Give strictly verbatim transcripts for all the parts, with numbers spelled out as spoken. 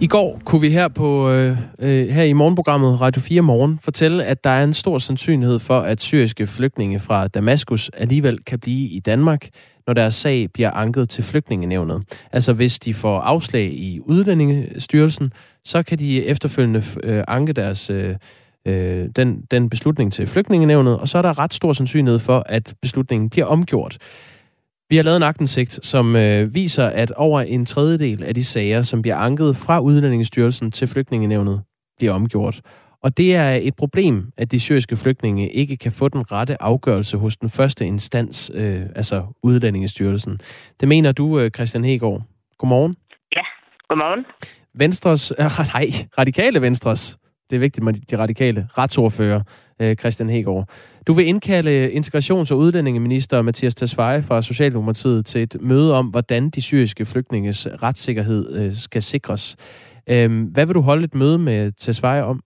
I går kunne vi her på øh, øh, her i morgenprogrammet Radio fire Morgen fortælle, at der er en stor sandsynlighed for, at syriske flygtninge fra Damaskus alligevel kan blive i Danmark, når deres sag bliver anket til Flygtningenævnet. Altså hvis de får afslag i Udlændingestyrelsen, så kan de efterfølgende øh, anke deres øh, øh, den, den beslutning til Flygtningenævnet, og så er der ret stor sandsynlighed for, at beslutningen bliver omgjort. Vi har lavet en aktindsigt, som øh, viser, at over en tredjedel af de sager, som bliver anket fra Udlændingestyrelsen til Flygtningenævnet, bliver omgjort. Og det er et problem, at de syriske flygtninge ikke kan få den rette afgørelse hos den første instans, øh, altså Udlændingestyrelsen. Det mener du, øh, Christian Hegaard. Godmorgen. Ja, godmorgen. Venstres, øh, nej, radikale Venstres, det er vigtigt med de radikale, retsordfører, øh, Christian Hegaard. Du vil indkalde integrations- og udlændingeminister Mattias Tesfaye fra Socialdemokratiet til et møde om, hvordan de syriske flygtninges retssikkerhed øh, skal sikres. Øh, hvad vil du holde et møde med Tesfaye om?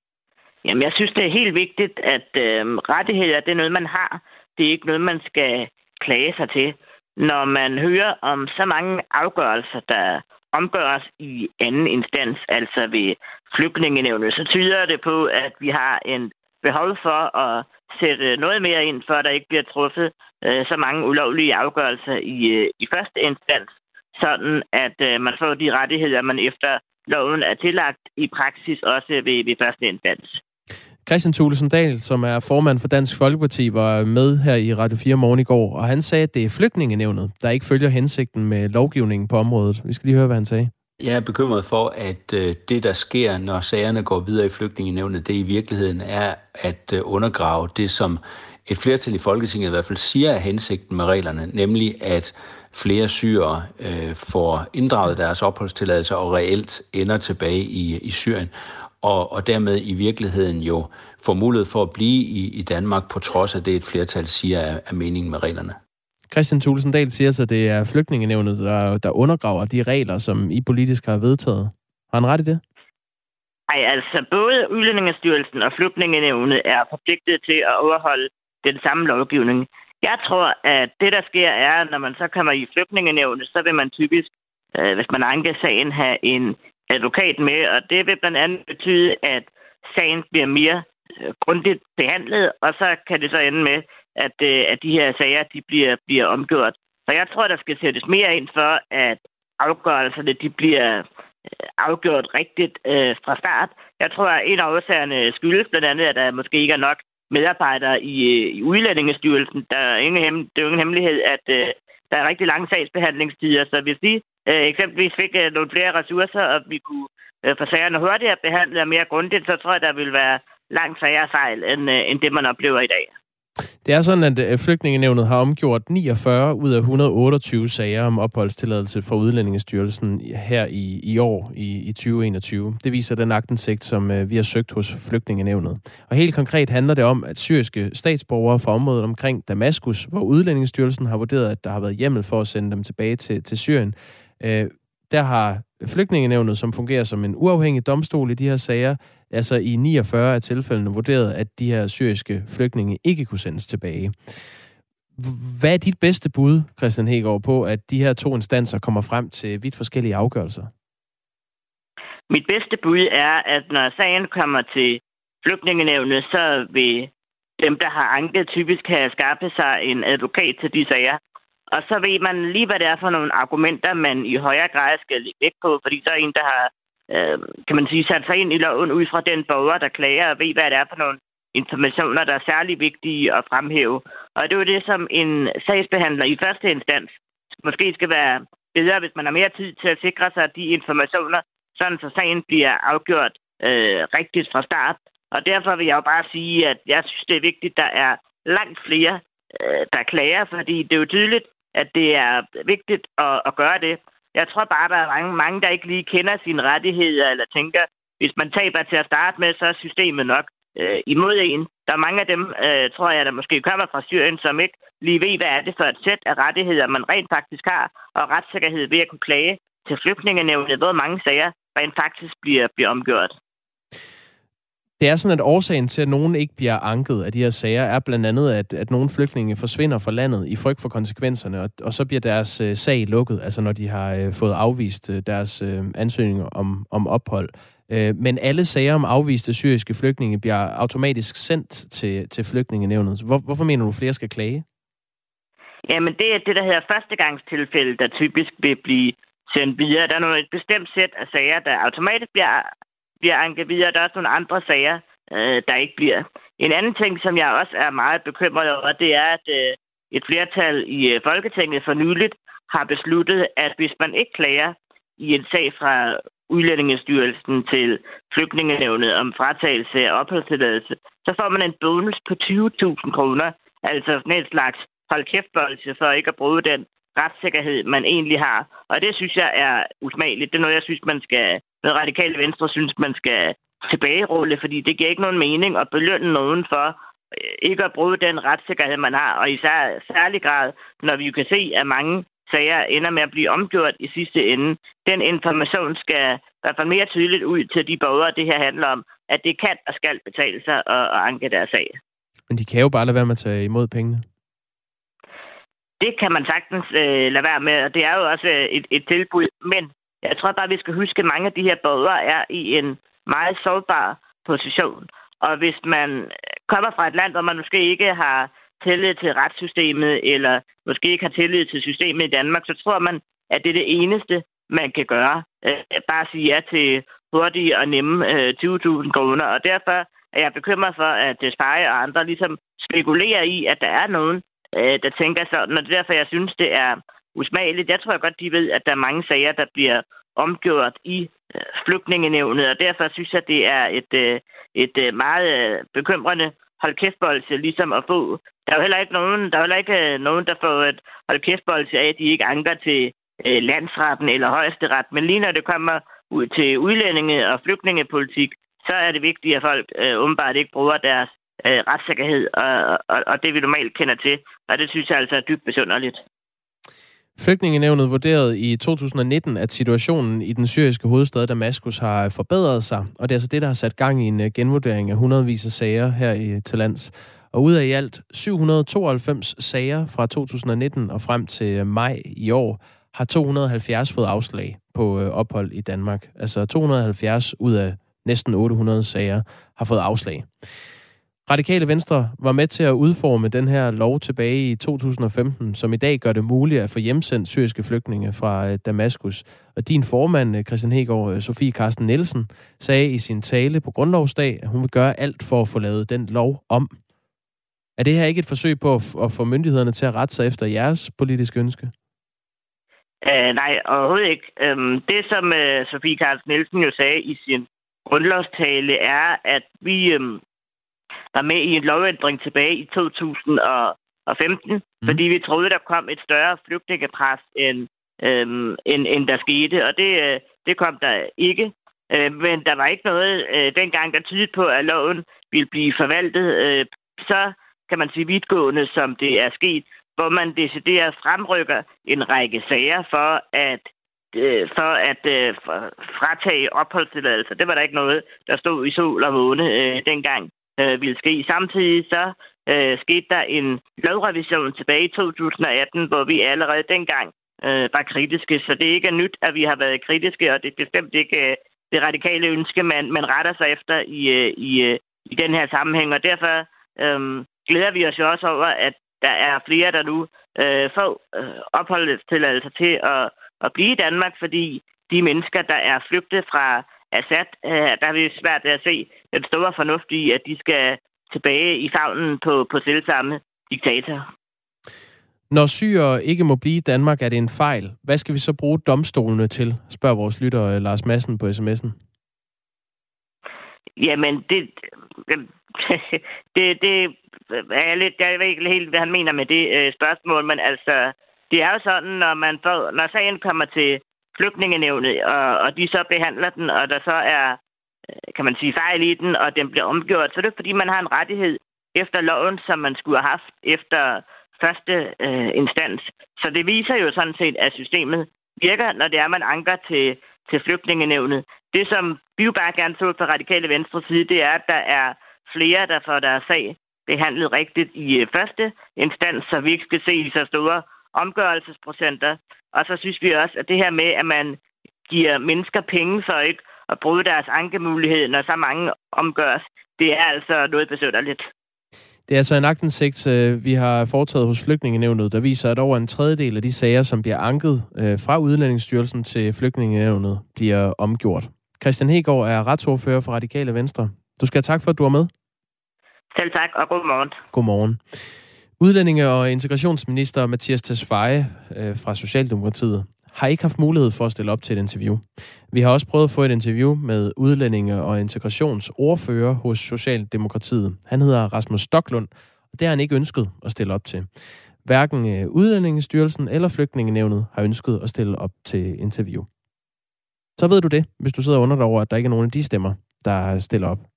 Jamen, jeg synes, det er helt vigtigt, at øh, rettigheder, det er noget, man har. Det er ikke noget, man skal klage sig til. Når man hører om så mange afgørelser, der omgøres i anden instans, altså ved Flygtningenævnet, så tyder det på, at vi har en behov for at sætte noget mere ind, før der ikke bliver truffet øh, så mange ulovlige afgørelser i, øh, i første instans, sådan at øh, man får de rettigheder, man efter loven er tillagt i praksis også ved, ved første instans. Kristian Thulesen Dahl, som er formand for Dansk Folkeparti, var med her i Radio fire Morgen i går, og han sagde, at det er Flygtningenævnet, der ikke følger hensigten med lovgivningen på området. Vi skal lige høre, hvad han sagde. Jeg er bekymret for, at øh, det, der sker, når sagerne går videre i Flygtningenævnet, det i virkeligheden er at øh, undergrave det, som et flertal i Folketinget i hvert fald siger er hensigten med reglerne, nemlig at flere syrere øh, får inddraget deres opholdstilladelser og reelt ender tilbage i, i Syrien, og, og dermed i virkeligheden jo får mulighed for at blive i, i Danmark, på trods af det, et flertal siger er, er meningen med reglerne. Kristian Thulesen Dahl siger så, at det er Flygtningenævnet, der, der undergraver de regler, som I politisk har vedtaget. Har han ret i det? Nej, altså både Udlændingestyrelsen og Flygtningenævnet er forpligtet til at overholde den samme lovgivning. Jeg tror, at det, der sker, er, når man så kommer i Flygtningenævnet, så vil man typisk, øh, hvis man anker sagen, have en advokat med, og det vil blandt andet betyde, at sagen bliver mere øh, grundigt behandlet, og så kan det så ende med, at, øh, at de her sager de bliver, bliver omgjort. Så jeg tror, der skal sættes mere ind for, at afgørelserne de bliver øh, afgjort rigtigt øh, fra start. Jeg tror, at en af årsagerne skyldes blandt andet, at der måske ikke er nok medarbejdere i, i Udlændingestyrelsen. Der er ingen hem, det er jo ingen hemmelighed, at øh, der er rigtig lange sagsbehandlingstider, så hvis de øh, eksempelvis fik øh, nogle flere ressourcer, og vi kunne øh, få sagerne hurtigere behandlet og mere grundigt, så tror jeg, der vil være langt færre fejl, end, øh, end det, man oplever i dag. Det er sådan, at Flygtningenævnet har omgjort niogfyrre ud af et hundrede og otteogtyve sager om opholdstilladelse fra Udlændingestyrelsen her i, i år, i, i tyve enogtyve. Det viser den aktindsigt, som uh, vi har søgt hos Flygtningenævnet. Og helt konkret handler det om, at syriske statsborgere fra området omkring Damaskus, hvor Udlændingestyrelsen har vurderet, at der har været hjemmel for at sende dem tilbage til, til Syrien, uh, der har Flygtningenævnet, som fungerer som en uafhængig domstol i de her sager, altså i niogfyrre af tilfældene vurderet, at de her syriske flygtninge ikke kunne sendes tilbage. Hvad er dit bedste bud, Christian Hegaard, på, at de her to instanser kommer frem til vidt forskellige afgørelser? Mit bedste bud er, at når sagen kommer til Flygtningenævnet, så vil dem, der har anket, typisk have skaffet sig en advokat til de sager. Og så ved man lige, hvad det er for nogle argumenter, man i højere grad skal lægge vægt på, fordi så er en, der har øh, kan man sige, sat sig ind i loven ud fra den borger, der klager, og ved, hvad det er for nogle informationer, der er særlig vigtige at fremhæve. Og det er jo det, som en sagsbehandler i første instans måske skal være bedre, hvis man har mere tid til at sikre sig de informationer, sådan så sagen bliver afgjort øh, rigtigt fra start. Og derfor vil jeg jo bare sige, at jeg synes, det er vigtigt, at der er langt flere, øh, der klager, fordi det er jo tydeligt, at det er vigtigt at, at gøre det. Jeg tror bare, der er mange, mange, der ikke lige kender sine rettigheder, eller tænker, hvis man taber til at starte med, så er systemet nok øh, imod en. Der er mange af dem, øh, tror jeg, der måske kommer fra Syrien, som ikke lige ved, hvad er det for et sæt af rettigheder, man rent faktisk har, og retssikkerhed ved at kunne klage til Flygtningenævnet, hvor mange sager rent faktisk bliver, bliver omgjort. Det er sådan, at årsagen til, at nogen ikke bliver anket af de her sager, er blandt andet, at, at nogle flygtninge forsvinder fra landet i frygt for konsekvenserne, og, og så bliver deres øh, sag lukket, altså når de har øh, fået afvist øh, deres øh, ansøgninger om, om ophold. Øh, men alle sager om afviste syriske flygtninge bliver automatisk sendt til, til flygtningenævnet. Hvor, hvorfor mener du, flere skal klage? Jamen, det er det, der hedder førstegangstilfælde, der typisk vil blive sendt videre. Der er nogle et bestemt sæt af sager, der automatisk bliver, bliver anket videre. Der er også nogle andre sager, øh, der ikke bliver. En anden ting, som jeg også er meget bekymret over, det er, at øh, et flertal i øh, Folketinget for nyligt har besluttet, at hvis man ikke klager i en sag fra Udlændingestyrelsen til Flygtningenævnet om fratagelse af opholdstilladelse, så får man en bonus på tyve tusind kroner, altså sådan et slags hold kæft-boldelse for ikke at bruge den retssikkerhed, man egentlig har. Og det synes jeg er usmageligt. Det er noget, jeg synes, man skal, noget Radikale Venstre synes, man skal tilbagerulle, fordi det giver ikke nogen mening at belønne nogen for ikke at bruge den retssikkerhed, man har. Og i sær, særlig grad, når vi jo kan se, at mange sager ender med at blive omgjort i sidste ende. Den information skal i hvert fald mere tydeligt ud til de borgere, det her handler om, at det kan og skal betale sig at, at anke deres sag. Men de kan jo bare lade være med at tage imod pengene. Det kan man sagtens øh, lade være med, og det er jo også et, et tilbud. Men jeg tror bare, vi skal huske, at mange af de her borgere er i en meget sårbar position. Og hvis man kommer fra et land, hvor man måske ikke har tillid til retssystemet, eller måske ikke har tillid til systemet i Danmark, så tror man, at det er det eneste, man kan gøre. Øh, bare sige ja til hurtige og nemme øh, tyve tusind kroner. Og derfor er jeg bekymret for, at Speje og andre ligesom spekulerer i, at der er nogen, øh, der tænker sådan. Og det er derfor, jeg synes, det er usmageligt. Jeg tror godt, de ved, at der er mange sager, der bliver omgjort i øh, Flygtningenævnet. Og derfor synes jeg, det er et, øh, et øh, meget øh, bekymrende hold kæft-boldse, ligesom at få. Der er jo heller ikke nogen, der er heller ikke nogen, der får et hold kæft-boldse af, at de ikke anker til øh, landsretten eller højesteret. Men lige når det kommer ud til udlændinge- og flygtningepolitik, så er det vigtigt, at folk øh, åbenbart ikke bruger deres øh, retssikkerhed, og, og, og det vi normalt kender til. Og det synes jeg altså er dybt besynderligt. Flygtningenævnet vurderede i to tusind og nitten, at situationen i den syriske hovedstad Damaskus har forbedret sig, og det er altså det, der har sat gang i en genvurdering af hundredvis af sager her i til lands. Og ud af i alt syv hundrede og tooghalvfems sager fra to tusind og nitten og frem til maj i år, har to hundrede og halvfjerds fået afslag på ophold i Danmark. Altså to hundrede og halvfjerds ud af næsten otte hundrede sager har fået afslag. Radikale Venstre var med til at udforme den her lov tilbage i to tusind og femten, som i dag gør det muligt at få hjemsendt syriske flygtninge fra Damaskus. Og din formand, Christian Hegaard, Sofie Carsten Nielsen, sagde i sin tale på Grundlovsdag, at hun vil gøre alt for at få lavet den lov om. Er det her ikke et forsøg på at få myndighederne til at rette sig efter jeres politiske ønske? Uh, nej, overhovedet ikke. Um, det, som uh, Sofie Carsten Nielsen jo sagde i sin grundlovstale, er, at vi um, var med i en lovændring tilbage i to tusind og femten, mm. fordi vi troede, der kom et større flygtningepres, end, um, end, end der skete, og det, uh, det kom der ikke. Uh, men der var ikke noget uh, dengang, der tydede på, at loven ville blive forvaltet uh, så, kan man sige, vidtgående, som det er sket, hvor man decideret fremrykker en række sager for at, øh, for at øh, fratage opholdstilladelser. Det var der ikke noget, der stod i sol og måne øh, dengang øh, ville ske. Samtidig så øh, skete der en lovrevision tilbage i to tusind og atten, hvor vi allerede dengang øh, var kritiske. Så det er ikke nyt, at vi har været kritiske, og det er bestemt ikke øh, det radikale ønske, man, man retter sig efter i, øh, i, øh, i den her sammenhæng. Og derfor øh, glæder vi os jo også over, at der er flere, der nu øh, får øh, opholdstilladelser til at, at blive i Danmark, fordi de mennesker, der er flygtet fra Assad, øh, der er vi svært at se den store fornuft i, at de skal tilbage i favnen på, på selvsamme diktator. Når syrere ikke må blive i Danmark, er det en fejl. Hvad skal vi så bruge domstolene til, spørger vores lytter Lars Madsen på sms'en. Jamen, det... det, det er lidt, jeg ved ikke helt, hvad han mener med det øh, spørgsmål, men altså, det er jo sådan, når man får, når sagen kommer til Flygtningenævnet, og, og de så behandler den, og der så er, kan man sige, fejl i den, og den bliver omgjort, så er det fordi, man har en rettighed efter loven, som man skulle have haft efter første øh, instans. Så det viser jo sådan set, at systemet virker, når det er, man anker til, til Flygtningenævnet. Det, som vi jo bare gerne så fra Radikale Venstre side, det er, at der er flere, der får deres sag behandlet rigtigt i første instans, så vi ikke skal se så store omgørelsesprocenter. Og så synes vi også, at det her med, at man giver mennesker penge for ikke at bruge deres ankemulighed, når så mange omgøres, det er altså noget besønderligt. Det er altså en aktindsigt, vi har foretaget hos Flygtningenævnet, der viser, at over en tredjedel af de sager, som bliver anket fra Udlændingsstyrelsen til Flygtningenævnet, bliver omgjort. Christian Hegaard er retsordfører for Radikale Venstre. Du skal have tak for, at du er med. Selv tak, og god morgen. God morgen. Udlændinge- og integrationsminister Mattias Tesfaye øh, fra Socialdemokratiet har ikke haft mulighed for at stille op til et interview. Vi har også prøvet at få et interview med udlændinge- og integrationsordfører hos Socialdemokratiet. Han hedder Rasmus Stoklund, og det har han ikke ønsket at stille op til. Hverken Udlændingestyrelsen eller Flygtningenævnet har ønsket at stille op til interview. Så ved du det, hvis du sidder under dig over, at der ikke er nogen af de stemmer, der stiller op.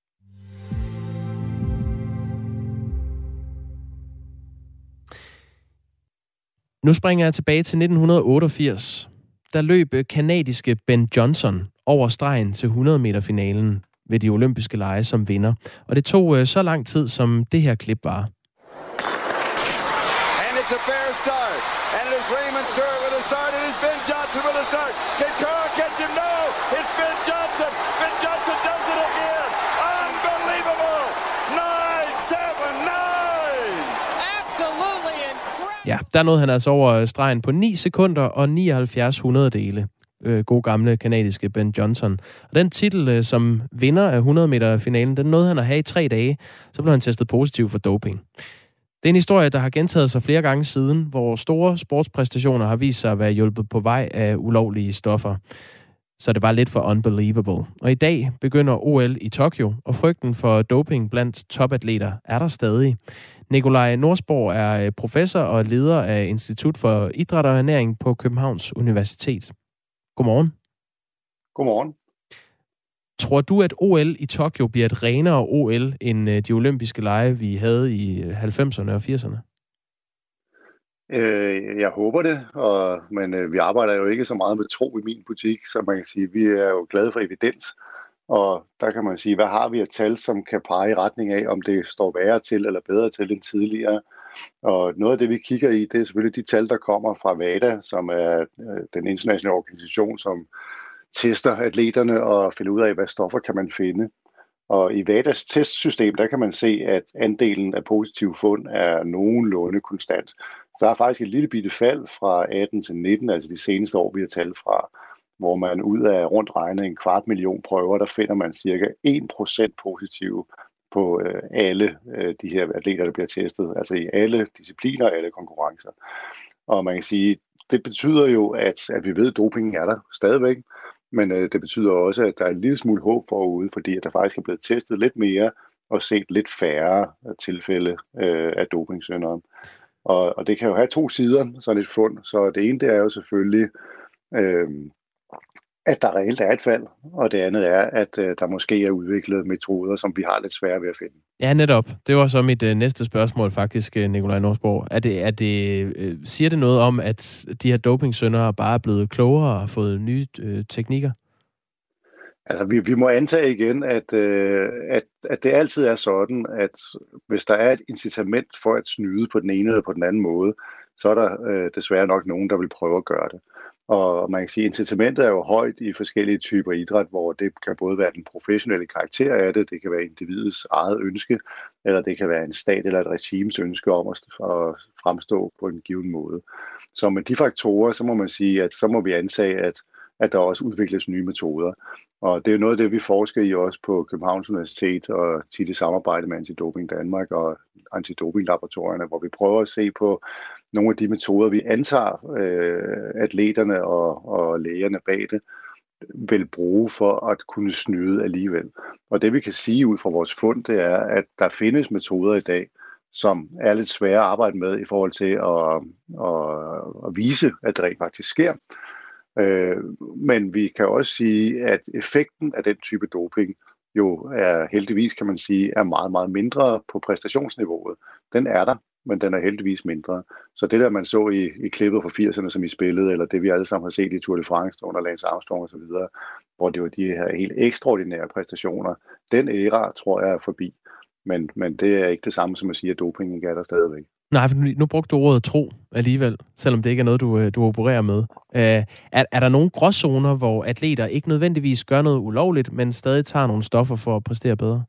Nu springer jeg tilbage til nitten otteogfirs. Der løb kanadiske Ben Johnson over stregen til hundrede meter finalen ved de olympiske lege som vinder. Og det tog så lang tid, som det her klip var. And it's a fair start. And it is Raymond Stewart with a start. It is Ben Johnson with a start. Can Carl catch him? No! It's Ben Johnson! Ben Johnson does it again! Unbelievable! Nine, seven, nine! Absolutely incredible! Ja, der nåede han altså over stregen på ni sekunder og nioghalvfjerds hundrededele. Øh, god gamle kanadiske Ben Johnson. Og den titel som vinder af hundrede meter finalen, den nåede han at have i tre dage. Så blev han testet positiv for doping. Det er en historie, der har gentaget sig flere gange siden, hvor store sportspræstationer har vist sig at være hjulpet på vej af ulovlige stoffer. Så det var lidt for unbelievable. Og i dag begynder O L i Tokyo, og frygten for doping blandt topatleter er der stadig. Nikolaj Norsborg er professor og leder af Institut for Idræt og Ernæring på Københavns Universitet. Godmorgen. Godmorgen. Tror du, at O L i Tokyo bliver et renere O L end de olympiske lege, vi havde i halvfemserne og firserne? Øh, jeg håber det, og, men øh, vi arbejder jo ikke så meget med tro i min butik, så man kan sige, vi er jo glade for evidens. Og der kan man sige, hvad har vi af tal, som kan pege i retning af, om det står værre til eller bedre til end tidligere. Og noget af det, vi kigger i, det er selvfølgelig de tal, der kommer fra WADA, som er øh, den internationale organisation, som tester atleterne og finder ud af, hvad stoffer kan man finde. Og i WADAs testsystem, der kan man se, at andelen af positive fund er nogenlunde konstant. Så der er faktisk et lille bitte fald fra atten til nitten, altså de seneste år, vi har tal fra, hvor man ud af rundt regnet en kvart million prøver, der finder man cirka en procent positive på øh, alle øh, de her atleter, der bliver testet, altså i alle discipliner og alle konkurrencer. Og man kan sige, det betyder jo, at, at vi ved, at dopingen er der stadigvæk, men øh, det betyder også, at der er en lille smule håb forude, fordi at der faktisk er blevet testet lidt mere og set lidt færre tilfælde øh, af dopingsyndere. Og, og det kan jo have to sider, sådan et fund. Så det ene, det er jo selvfølgelig, øh, at der reelt er et fald, og det andet er, at øh, der måske er udviklet metoder, som vi har lidt svære ved at finde. Ja, netop. Det var så mit øh, næste spørgsmål faktisk, Nikolaj Norsborg. Er det, er det, øh, siger det noget om, at de her dopingsyndere bare er blevet klogere og har fået nye øh, teknikker? Altså, vi, vi må antage igen, at, øh, at, at det altid er sådan, at hvis der er et incitament for at snyde på den ene eller på den anden måde, så er der øh, desværre nok nogen, der vil prøve at gøre det. Og man kan sige, at incitamentet er jo højt i forskellige typer idræt, hvor det kan både være den professionelle karakter af det, det kan være individets eget ønske, eller det kan være en stat eller et regimes ønske om at fremstå på en given måde. Så med de faktorer, så må man sige, at så må vi antage, at, at der også udvikles nye metoder. Og det er jo noget af det, vi forsker i også på Københavns Universitet og tit i samarbejde med Antidoping Danmark og Antidoping-laboratorierne, hvor vi prøver at se på nogle af de metoder, vi antager øh, atleterne og, og lægerne bag det vil bruge for at kunne snyde alligevel. Og det vi kan sige ud fra vores fund, det er, at der findes metoder i dag, som er lidt svære at arbejde med i forhold til at, at, at vise, at det rent faktisk sker. Øh, men vi kan også sige, at effekten af den type doping jo er heldigvis, kan man sige, er meget, meget mindre på præstationsniveauet. Den er der, men den er heldigvis mindre. Så det der, man så i, i klippet fra firserne, som I spillede, eller det vi alle sammen har set i Tour de France under Lance Armstrong og så videre, hvor det var de her helt ekstraordinære præstationer, den æra, tror jeg, er forbi. Men, men det er ikke det samme som at sige, at doping ikke er der stadigvæk. Nej, for nu brugte du ordet tro alligevel, selvom det ikke er noget, du, du opererer med. Er, er der nogle gråzoner, hvor atleter ikke nødvendigvis gør noget ulovligt, men stadig tager nogle stoffer for at præstere bedre?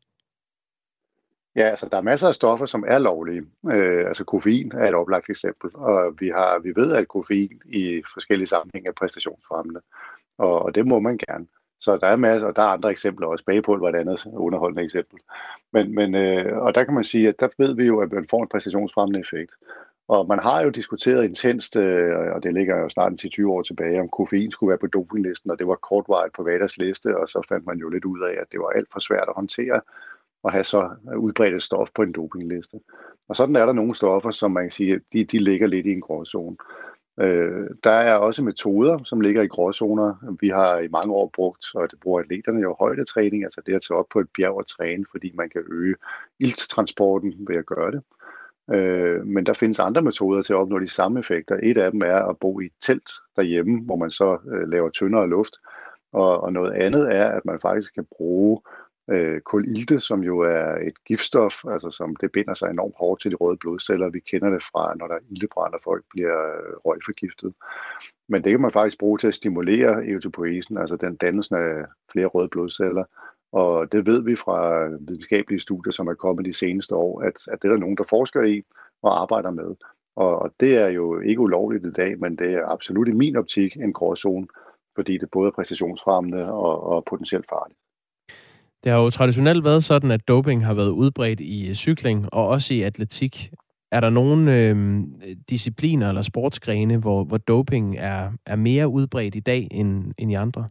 Ja, altså der er masser af stoffer, som er lovlige. Øh, altså koffein er et oplagt eksempel, og vi, har, vi ved, at koffein i forskellige sammenhænge er præstationsfremmende, og, og det må man gerne. Så der er masser, og der er andre eksempler også. Bagepulver er et andet underholdende eksempel. Men, men, øh, og der kan man sige, at der ved vi jo, at man får en præstationsfremmende effekt. Og man har jo diskuteret intenst, øh, og det ligger jo snart ti til tyve år tilbage, om koffein skulle være på dopinglisten, og det var kortvarigt på WADAs liste, og så fandt man jo lidt ud af, at det var alt for svært at håndtere at have så udbredt et stof på en dopingliste. Og sådan er der nogle stoffer, som man kan sige, de, de ligger lidt i en gråzone. Øh, der er også metoder, som ligger i gråzoner. Vi har i mange år brugt, og det bruger atleterne jo, højdetræning, altså det at tage op på et bjerg og træne, fordi man kan øge ilttransporten ved at gøre det. Øh, men der findes andre metoder til at opnå de samme effekter. Et af dem er at bo i et telt derhjemme, hvor man så øh, laver tyndere luft. Og, og noget andet er, at man faktisk kan bruge øh, kulilte, som jo er et giftstof, altså som det binder sig enormt hårdt til de røde blodceller. Vi kender det fra, når der er iltebrænd, og folk bliver øh, røgforgiftet. Men det kan man faktisk bruge til at stimulere erythropoesen, altså den dannelsen af flere røde blodceller. Og det ved vi fra videnskabelige studier, som er kommet de seneste år, at, at det er der nogen, der forsker i og arbejder med. Og, og det er jo ikke ulovligt i dag, men det er absolut i min optik en gråzone, fordi det både er præstationsfremmende og, og potentielt farligt. Det har jo traditionelt været sådan, at doping har været udbredt i cykling og også i atletik. Er der nogle øh, discipliner eller sportsgrene, hvor, hvor doping er, er mere udbredt i dag end, end i andre?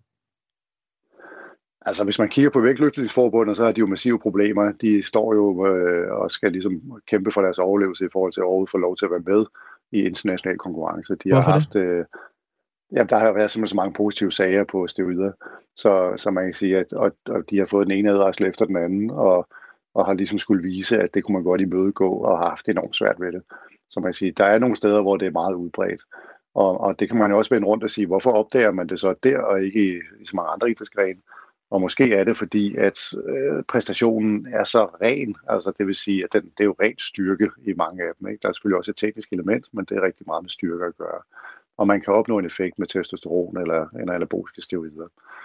Altså, hvis man kigger på vægtløftningsforbundet, så har de jo massive problemer. De står jo øh, og skal ligesom kæmpe for deres overlevelse i forhold til at overhovedet få lov til at være med i international konkurrence. De Hvorfor har haft, øh, ja, der har været simpelthen så mange positive sager på steroider, så, så man kan sige, at og, og de har fået den ene advarsel efter den anden, og, og har ligesom skulle vise, at det kunne man godt imødegå, og har haft enormt svært ved det. Så man kan sige, der er nogle steder, hvor det er meget udbredt. Og, og det kan man jo også vende rundt og sige, hvorfor opdager man det så der, og ikke i, i så mange andre idrætsgrene? Og måske er det fordi, at øh, præstationen er så ren, altså det vil sige, at den, det er jo ren styrke i mange af dem. Ikke? Der er selvfølgelig også et teknisk element, men det er rigtig meget med styrke at gøre. Og man kan opnå en effekt med testosteron eller, eller anaboliske steroider.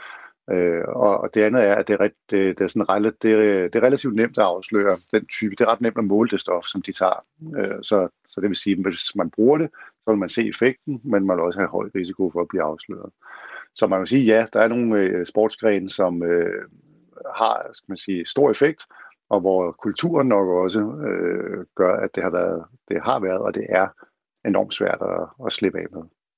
Øh, og, og det andet er, at det er, ret, det, det, er sådan ret, det, er, det er relativt nemt at afsløre den type. Det er ret nemt at måle det stof, som de tager. Øh, så, så det vil sige, at hvis man bruger det, så vil man se effekten, men man vil også have høj risiko for at blive afsløret. Så man kan sige, ja, der er nogle øh, sportsgrene, som øh, har, skal man sige, stor effekt, og hvor kulturen nok også øh, gør, at det har været, det har været, og det er enormt svært at, at slippe af med.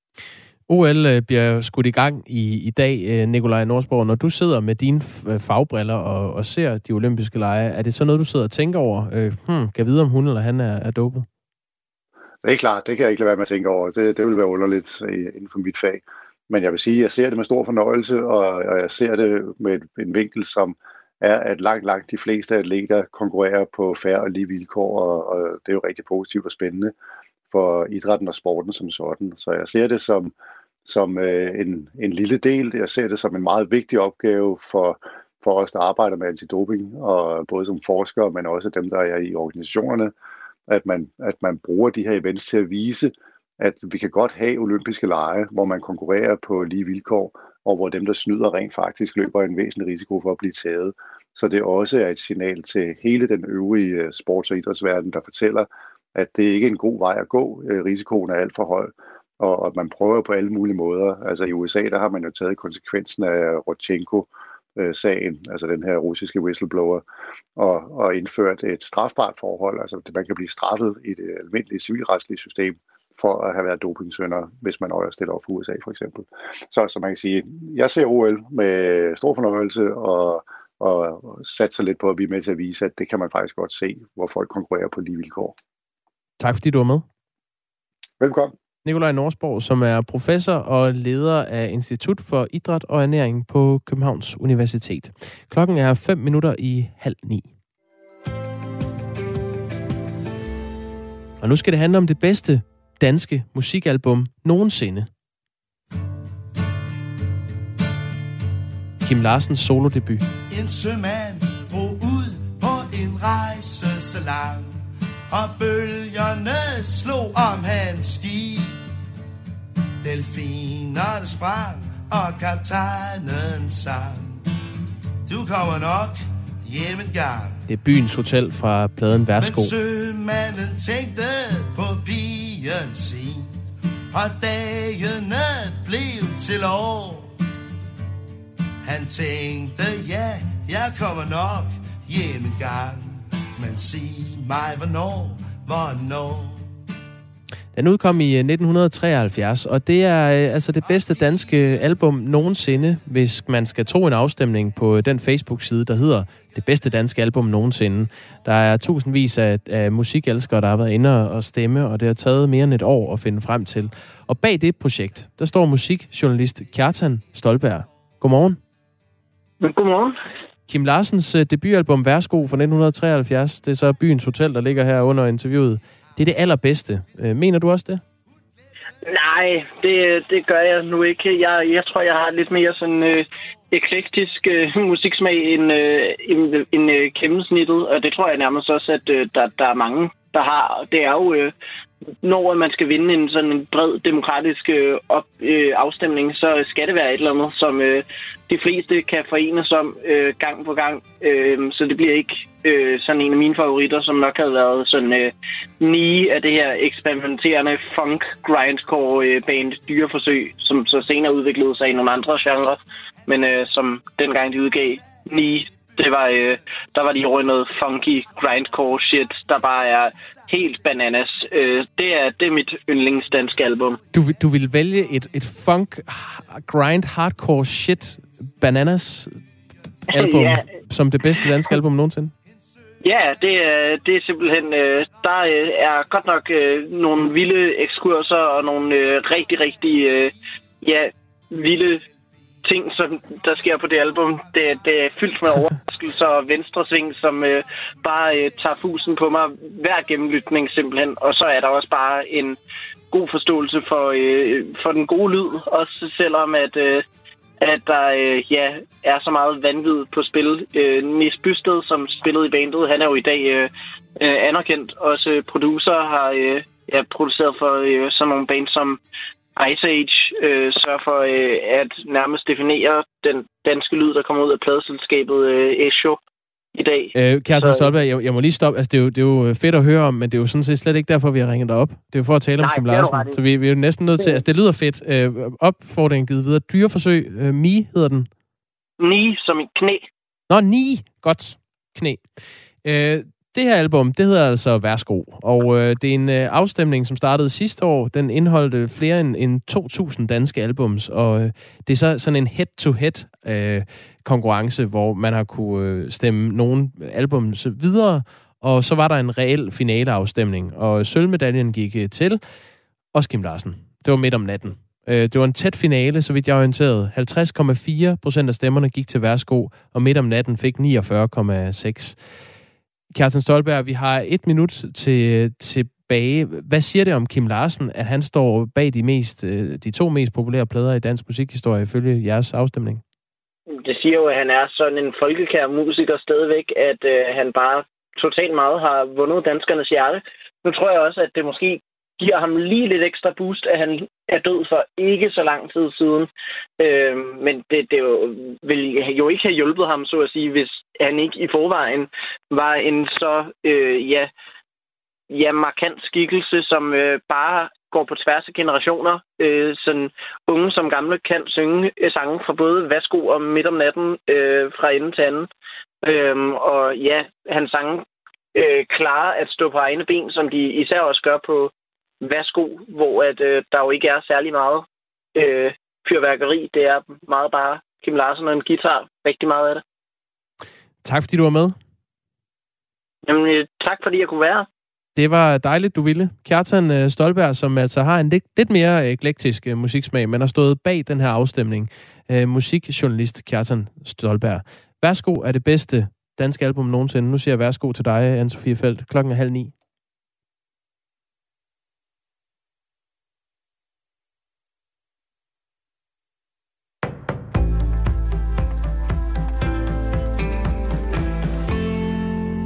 O L bliver skudt i gang i, i dag, Nikolaj Norsborg. Når du sidder med dine fagbriller og, og ser de olympiske lege, er det så noget, du sidder og tænker over? Øh, hmm, kan jeg vide, om hun eller han er, er dopet? Det er klart, det kan jeg ikke lade være med at tænke over. Det, det vil være underligt inden for mit fag. Men jeg vil sige, at jeg ser det med stor fornøjelse, og, og jeg ser det med en vinkel, som er, at langt, langt de fleste atleter konkurrerer på fair og lige vilkår, og, og det er jo rigtig positivt og spændende for idrætten og sporten som sådan. Så jeg ser det som, som øh, en, en lille del. Jeg ser det som en meget vigtig opgave for, for os, der arbejder med antidoping, og både som forskere, men også dem, der er i organisationerne, at man, at man bruger de her events til at vise, at vi kan godt have olympiske lege, hvor man konkurrerer på lige vilkår, og hvor dem, der snyder, rent faktisk løber en væsentlig risiko for at blive taget. Så det også er et signal til hele den øvrige sports- og idrætsverden, der fortæller, at det ikke er en god vej at gå. Risikoen er alt for høj, og at man prøver på alle mulige måder. Altså i U S A, der har man jo taget konsekvensen af Rodchenko-sagen, altså den her russiske whistleblower, og, og indført et strafbart forhold. Altså man kan blive straffet i det almindelige civilretslige system for at have været dopingsønder, hvis man også stiller op for U S A for eksempel. Så, så man kan sige, jeg ser O L med stor fornøjelse og, og satser lidt på at blive med til at vise, at det kan man faktisk godt se, hvor folk konkurrerer på lige vilkår. Tak fordi du var med. Velkommen. Nikolaj Norsborg, som er professor og leder af Institut for Idræt og Ernæring på Københavns Universitet. Klokken er fem minutter i halv ni. Og nu skal det handle om det bedste danske musikalbum nogensinde. Kim Larsens solodebut. En sømand drog ud på en rejse så lang, og bølgerne slog om hans skib. Delfinerne sprang, og kaptajnen sang, du kommer nok hjem en gang. Det er Byens Hotel fra pladen Værsgo. Men sømanden tænkte på pigen sin, og dagene blev til år. Han tænkte, ja, jeg kommer nok hjem en gang, men sig mig, hvornår, hvornår. Den udkom i nitten treoghalvfjerds, og det er altså det bedste danske album nogensinde, hvis man skal tro en afstemning på den Facebook-side, der hedder Det bedste danske album nogensinde. Der er tusindvis af, af musikelskere, der har været inde og stemme, og det har taget mere end et år at finde frem til. Og bag det projekt, der står musikjournalist Kjartan Stolberg. Godmorgen. Godmorgen. Kim Larsens debutalbum Værsgo fra nitten treoghalvfjerds, det er så Byens Hotel, der ligger her under interviewet. Det er det allerbedste. Mener du også det? Nej, det, det gør jeg nu ikke. Jeg, jeg tror, jeg har lidt mere sådan øh, eklektisk øh, musiksmag end, øh, end, end øh, gennemsnittet, og det tror jeg nærmest også, at øh, der, der er mange, der har. Det er jo, øh, når man skal vinde en sådan en bred demokratisk øh, op, øh, afstemning, så skal det være et eller andet, som øh, de fleste kan forenes om øh, gang på gang. Øh, så det bliver ikke øh, sådan en af mine favoritter, som nok havde været sådan øh, ni af det her eksperimenterende funk grindcore øh, band Dyreforsøg, som så senere udviklede sig i nogle andre genrer, men øh, som dengang de udgav ni, det var, øh, der var de over i noget funky grindcore shit, der bare er helt bananas. Øh, det, er, det er mit yndlingsdanske album. Du, du vil vælge et, et funk grind hardcore shit bananas album ja. Som det bedste danske album nogensinde? Ja, det er, det er simpelthen... Øh, der øh, er godt nok øh, nogle vilde ekskurser og nogle øh, rigtig, rigtig øh, ja, vilde ting, som der sker på det album. Det, det er fyldt med overraskelser og venstresving, som øh, bare øh, tager fusen på mig hver gennemlytning simpelthen. Og så er der også bare en god forståelse for, øh, for den gode lyd, også selvom at... Øh, at der øh, ja, er så meget vanvid på spil. Øh, Nis Bysted, som spillede i bandet, han er jo i dag øh, anerkendt. Også producer har øh, ja, produceret for øh, sådan nogle bands som Ice Age, øh, sørger for øh, at nærmest definere den danske lyd, der kommer ud af pladeselskabet øh, Esho i dag. Øh, Kjartan Stolberg, jeg, jeg må lige stoppe. Altså, det, er jo, det er jo fedt at høre om, men det er jo sådan set slet ikke derfor, vi har ringet dig op. Det er jo for at tale om Nej, Kim Larsen. Så vi, vi er jo næsten nødt til... Altså, det lyder fedt. Øh, opfordringen givet videre. Dyreforsøg. Øh, Mi hedder den. Ni som i knæ. Nå, ni. Godt. Knæ. Øh, det her album, det hedder altså Værsgo. Og øh, det er en øh, afstemning, som startede sidste år. Den indeholdte flere end, end to tusind danske albums. Og øh, det er så sådan en head-to-head øh, konkurrence, hvor man har kunne øh, stemme nogle albums videre. Og så var der en reel finaleafstemning. Og sølvmedaljen gik øh, til også Kim Larsen. Det var midt om natten. Øh, det var en tæt finale, så vidt jeg orienterede. halvtreds komma fire procent af stemmerne gik til Værsgo, og midt om natten fik niogfyrre komma seks. Kjartan Stolberg, vi har et minut til, tilbage. Hvad siger det om Kim Larsen, at han står bag de, mest, de to mest populære plader i dansk musikhistorie ifølge jeres afstemning? Det siger jo, at han er sådan en folkekær musiker stadigvæk, at øh, han bare totalt meget har vundet danskernes hjerte. Nu tror jeg også, at det måske giver ham lige lidt ekstra boost, at han er død for ikke så lang tid siden. Øh, men det, det jo, vil jo ikke have hjulpet ham, så at sige, hvis han ikke i forvejen var en så øh, ja, ja, markant skikkelse, som øh, bare går på tværs af generationer. Øh, sådan unge som gamle kan synge sange fra både Værsgo og Midt om natten øh, fra ende til anden. Øh, og ja, hans sange øh, klarer at stå på egne ben, som de især også gør på Værsgo, hvor at, øh, der jo ikke er særlig meget øh, fyrværkeri. Det er meget bare Kim Larsen og en guitar. Rigtig meget af det. Tak fordi du var med. Jamen, øh, tak fordi jeg kunne være. Det var dejligt, du ville. Kjartan Stolberg, som altså har en lidt, lidt mere eklektisk uh, musiksmag, men har stået bag den her afstemning. Uh, musikjournalist Kjartan Stolberg. Værsgo er det bedste danske album nogensinde. Nu siger jeg værsgo til dig, Anne-Sophie Feldt. Klokken er halv ni.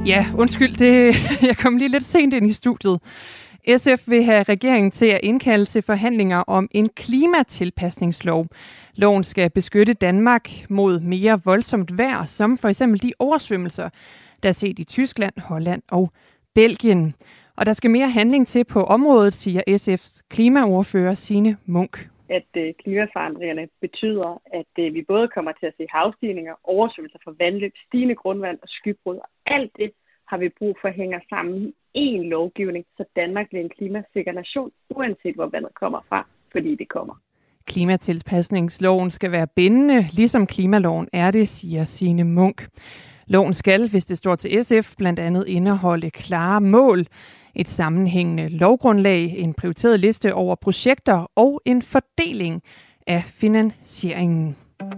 Ja, undskyld, det, jeg kom lige lidt sent ind i studiet. S F vil have regeringen til at indkalde til forhandlinger om en klimatilpasningslov. Loven skal beskytte Danmark mod mere voldsomt vejr, som for eksempel de oversvømmelser, der er set i Tyskland, Holland og Belgien. Og der skal mere handling til på området, siger S F's klimaordfører Signe Munk. At øh, klimaforandringerne betyder, at øh, vi både kommer til at se havstigninger, oversvømmelser for vandløb, stigende grundvand og skybrud. Og alt det har vi brug for hænger sammen i én lovgivning, så Danmark bliver en klimasikker nation, uanset hvor vandet kommer fra, fordi det kommer. Klimatilpasningsloven skal være bindende, ligesom klimaloven er det, siger Signe Munk. Loven skal, hvis det står til S F, blandt andet indeholde klare mål, et sammenhængende lovgrundlag, en prioriteret liste over projekter og en fordeling af finansieringen.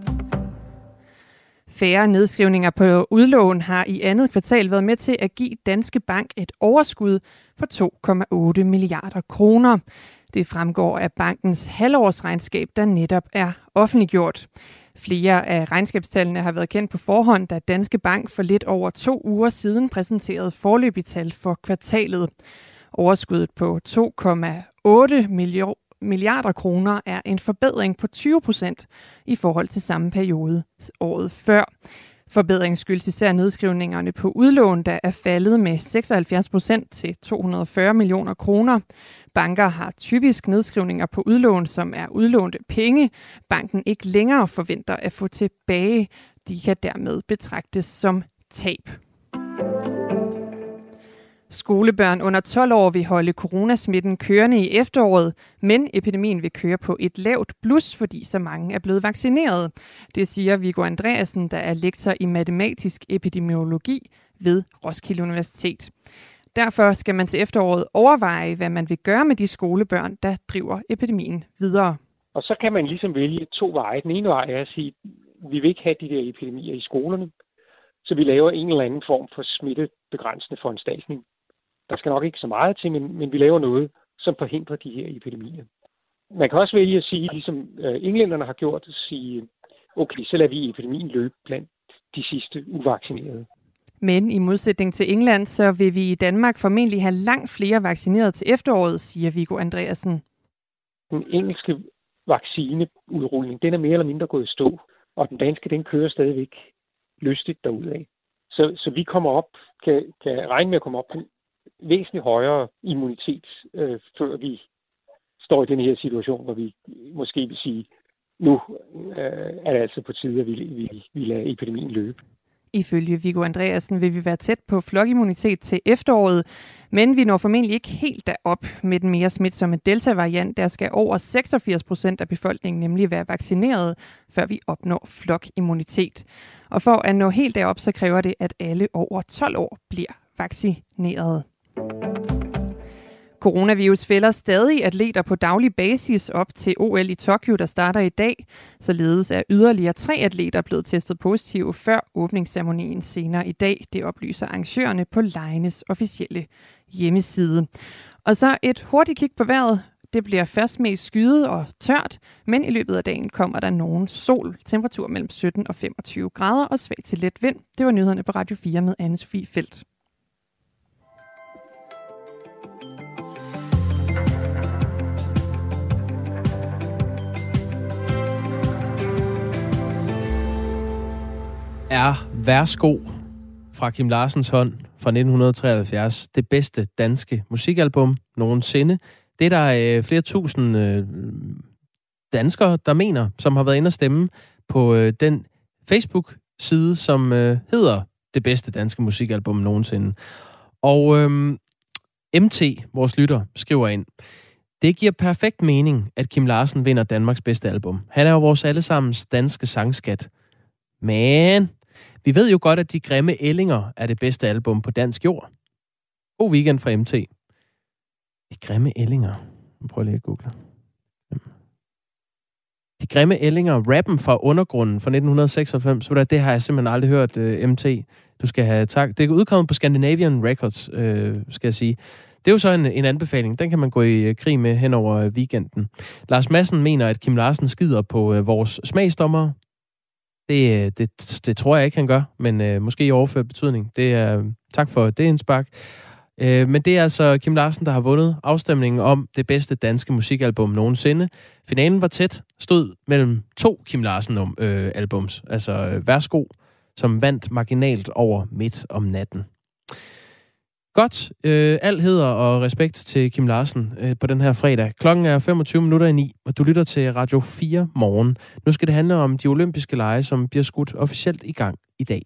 Færre nedskrivninger på udlån har i andet kvartal været med til at give Danske Bank et overskud på to komma otte milliarder kroner. Det fremgår af bankens halvårsregnskab, der netop er offentliggjort. Flere af regnskabstallene har været kendt på forhånd, da Danske Bank for lidt over to uger siden præsenterede foreløbige tal for kvartalet. Overskuddet på to komma otte milliarder kroner er en forbedring på tyve procent i forhold til samme periode året før. Forbedringen skyldes især nedskrivningerne på udlån, der er faldet med seksoghalvfjerds procent til to hundrede og fyrre millioner kroner. Banker har typisk nedskrivninger på udlån, som er udlånte penge, banken ikke længere forventer at få tilbage. De kan dermed betragtes som tab. Skolebørn under tolv år vil holde coronasmitten kørende i efteråret, men epidemien vil køre på et lavt blus, fordi så mange er blevet vaccineret. Det siger Viggo Andreasen, der er lektor i matematisk epidemiologi ved Roskilde Universitet. Derfor skal man til efteråret overveje, hvad man vil gøre med de skolebørn, der driver epidemien videre. Og så kan man ligesom vælge to veje. Den ene vej er at sige, at vi vil ikke have de der epidemier i skolerne, så vi laver en eller anden form for smittebegrænsende foranstaltning. Der skal nok ikke så meget til, men, men vi laver noget, som forhindrer de her epidemier. Man kan også vælge at sige, ligesom englænderne har gjort, at sige, okay, så lader vi epidemien løbe blandt de sidste uvaccinerede. Men i modsætning til England, så vil vi i Danmark formentlig have langt flere vaccineret til efteråret, siger Viggo Andreasen. Den engelske vaccineudrulning, den er mere eller mindre gået i stå, og den danske, den kører stadigvæk lystigt derudad. Så, så vi kommer op, kan, kan regne med at komme op på væsentligt højere immunitet, øh, før vi står i den her situation, hvor vi måske vil sige, nu øh, er det altså på tide, at vi, vi, vi lader epidemien løbe. Ifølge Viggo Andreasen vil vi være tæt på flokimmunitet til efteråret, men vi når formentlig ikke helt derop med den mere smitsomme delta-variant. Der skal over seksogfirs procent af befolkningen nemlig være vaccineret, før vi opnår flokimmunitet. Og for at nå helt derop, så kræver det, at alle over tolv år bliver vaccineret. Coronavirus fælder stadig atleter på daglig basis op til O L i Tokyo, der starter i dag. Således er yderligere tre atleter blevet testet positive før åbningsceremonien senere i dag. Det oplyser arrangørerne på legenes officielle hjemmeside. Og så et hurtigt kig på vejret. Det bliver først mest skyet og tørt, men i løbet af dagen kommer der nogen sol. Temperatur mellem sytten og femogtyve grader og svag til let vind. Det var nyhederne på Radio fire med Anne-Sophie Feldt. Er Værsgo fra Kim Larsens hånd fra nitten treoghalvfjerds det bedste danske musikalbum nogensinde. Det er der øh, flere tusind øh, danskere, der mener, som har været inde og stemme på øh, den Facebook-side, som øh, hedder det bedste danske musikalbum nogensinde. Og øh, M T, vores lytter, skriver ind, det giver perfekt mening, at Kim Larsen vinder Danmarks bedste album. Han er jo vores allesammens danske sangskat. Men vi ved jo godt, at De Grimme Ællinger er det bedste album på dansk jord. God weekend fra M T. De Grimme Ællinger. Jeg prøver lige at google. De Grimme Ællinger, rappen fra Undergrunden fra nitten seksoghalvfems. Det har jeg simpelthen aldrig hørt, uh, M T. Du skal have tak. Det er udkommet på Scandinavian Records, uh, skal jeg sige. Det er jo så en, en anbefaling. Den kan man gå i krig med hen over weekenden. Lars Madsen mener, at Kim Larsen skider på uh, vores smagsdommere. Det, det, det tror jeg ikke, han gør, men øh, måske i overført betydning. Det er, tak for det indspark. Øh, men det er altså Kim Larsen, der har vundet afstemningen om det bedste danske musikalbum nogensinde. Finalen var tæt, stod mellem to Kim Larsen-albums, øh, altså øh, Værsgo, som vandt marginalt over Midt om natten. Godt. Øh, al heder og respekt til Kim Larsen øh, på den her fredag. Klokken er femogtyve minutter i ni, og du lytter til Radio fire morgen. Nu skal det handle om de olympiske lege, som bliver skudt officielt i gang i dag.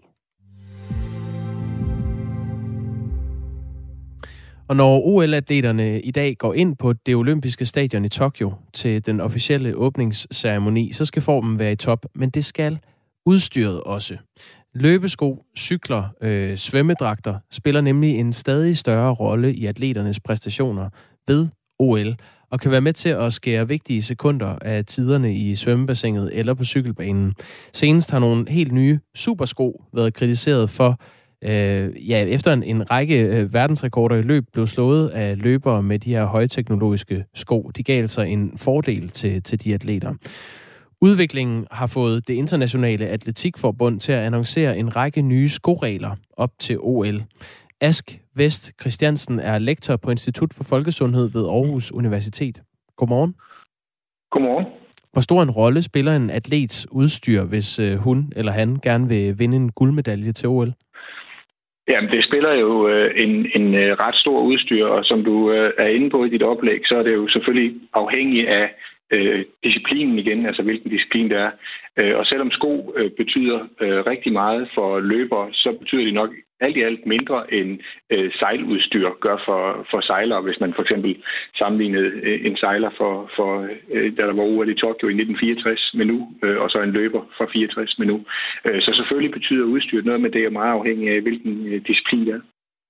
Og når O L-atleterne i dag går ind på det olympiske stadion i Tokyo til den officielle åbningsceremoni, så skal formen være i top, men det skal udstyret også. Løbesko, cykler, øh, svømmedragter spiller nemlig en stadig større rolle i atleternes præstationer ved O L, og kan være med til at skære vigtige sekunder af tiderne i svømmebassinet eller på cykelbanen. Senest har nogle helt nye supersko været kritiseret for, øh, ja, efter en, en række øh, verdensrekorder i løb blev slået af løbere med de her højteknologiske sko. De gav altså en fordel til, til de atleter. Udviklingen har fået det internationale atletikforbund til at annoncere en række nye skoregler op til O L. Ask Vest Christiansen er lektor på Institut for Folkesundhed ved Aarhus Universitet. Godmorgen. Godmorgen. Hvor stor en rolle spiller en atlets udstyr, hvis hun eller han gerne vil vinde en guldmedalje til O L? Jamen, det spiller jo en, en ret stor udstyr, og som du er inde på i dit oplæg, så er det jo selvfølgelig afhængigt af Øh, disciplinen igen, altså hvilken disciplin det er. Øh, og selvom sko øh, betyder øh, rigtig meget for løbere, så betyder det nok alt i alt mindre end øh, sejludstyr gør for, for sejlere. Hvis man for eksempel sammenlignede øh, en sejler, for, for øh, da der var O L i Tokyo i nitten fireogtres med nu, øh, og så en løber fra fireogtres med nu. Øh, så selvfølgelig betyder udstyr noget, men det er meget afhængigt af, hvilken øh, disciplin det er.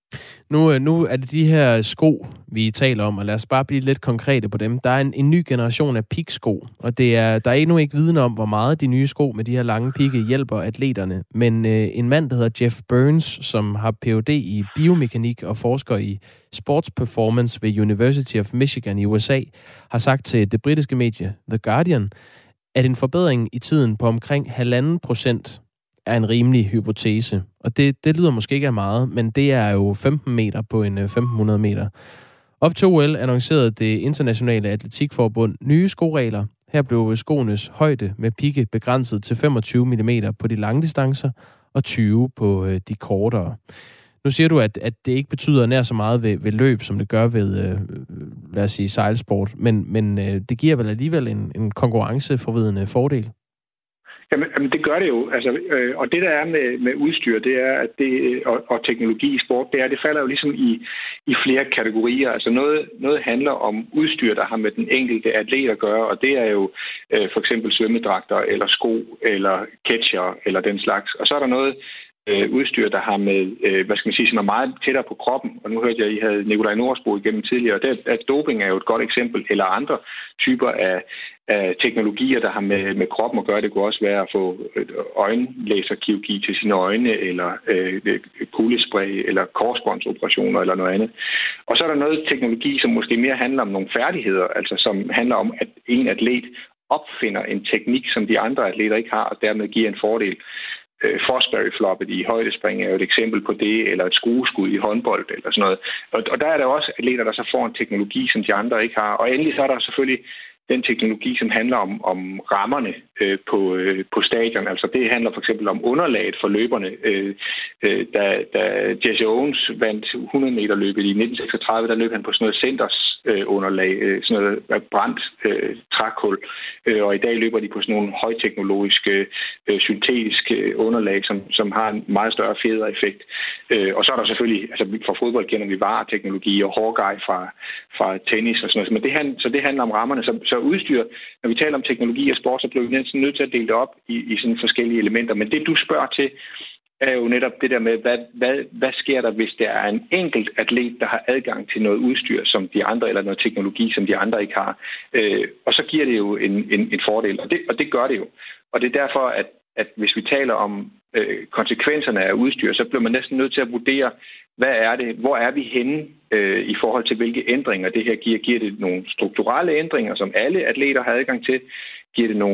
Nu, nu er det de her sko, vi taler om, og lad os bare blive lidt konkrete på dem. Der er en, en ny generation af pigsko, og det er, der er endnu ikke viden om, hvor meget de nye sko med de her lange pigge hjælper atleterne. Men øh, en mand, der hedder Jeff Burns, som har P H D i biomekanik og forsker i sports performance ved University of Michigan i U S A, har sagt til det britiske medie The Guardian, at en forbedring i tiden på omkring halvanden procent er en rimelig hypotese. Og det, det lyder måske ikke af meget, men det er jo femten meter på en femten hundrede meter. Op til O L annoncerede det internationale atletikforbund nye skoregler. Her blev skoenes højde med pigge begrænset til femogtyve millimeter på de lange distancer og tyve på de kortere. Nu siger du, at, at det ikke betyder nær så meget ved, ved løb, som det gør ved, øh, lad os sige, sejlsport, men, men øh, det giver vel alligevel en, en konkurrenceforvridende fordel. Jamen, jamen det gør det jo. Altså, øh, og det der er med, med udstyr, det er, at det, og, og teknologi i sport, det er, det falder jo ligesom i, i flere kategorier. Altså noget, noget handler om udstyr, der har med den enkelte atlet at gøre, og det er jo øh, for eksempel svømmedragter, eller sko, eller catcher, eller den slags. Og så er der noget øh, udstyr, der har med, øh, hvad skal man sige, som er meget tættere på kroppen. Og nu hørte jeg, at I havde Nikolaj Nordsbo igennem tidligere, og det, at doping er jo et godt eksempel, eller andre typer af af teknologier, der har med, med kroppen at gøre. Det kunne også være at få øjenlaserkirurgi til sine øjne, eller øh, kuglespray, eller korsbåndsoperationer, eller noget andet. Og så er der noget teknologi, som måske mere handler om nogle færdigheder, altså som handler om, at en atlet opfinder en teknik, som de andre atleter ikke har, og dermed giver en fordel. Øh, Fosbury-floppet i højdespring er jo et eksempel på det, eller et skrueskud i håndbold, eller sådan noget. Og, og der er der også atleter, der så får en teknologi, som de andre ikke har. Og endelig så er der selvfølgelig den teknologi, som handler om, om rammerne øh, på, øh, på stadion. Altså det handler for eksempel om underlaget for løberne. Øh, øh, da, da Jesse Owens vandt hundrede meter løbet i nitten seksogtredive, der løb han på sådan noget centers øh, underlag, øh, sådan noget brændt øh, trækul. Øh, og i dag løber de på sådan nogle højteknologiske, øh, syntetiske underlag, som, som har en meget større fjedereffekt. Øh, og så er der selvfølgelig, altså fra fodbold kender vi V A R-teknologi og Hawkeye fra, fra tennis og sådan noget. Men det, han, så det handler om rammerne. Så, så udstyr, når vi taler om teknologi og sport, så bliver vi næsten nødt til at dele det op i, i sådan forskellige elementer. Men det, du spørger til, er jo netop det der med, hvad, hvad, hvad sker der, hvis der er en enkelt atlet, der har adgang til noget udstyr, som de andre, eller noget teknologi, som de andre ikke har. Øh, og så giver det jo en, en, en fordel, og det, og det gør det jo. Og det er derfor, at, at hvis vi taler om øh, konsekvenserne af udstyr, så bliver man næsten nødt til at vurdere, hvad er det, hvor er vi henne øh, i forhold til, hvilke ændringer det her giver. Giver det nogle strukturelle ændringer, som alle atleter har adgang til? Giver det nogle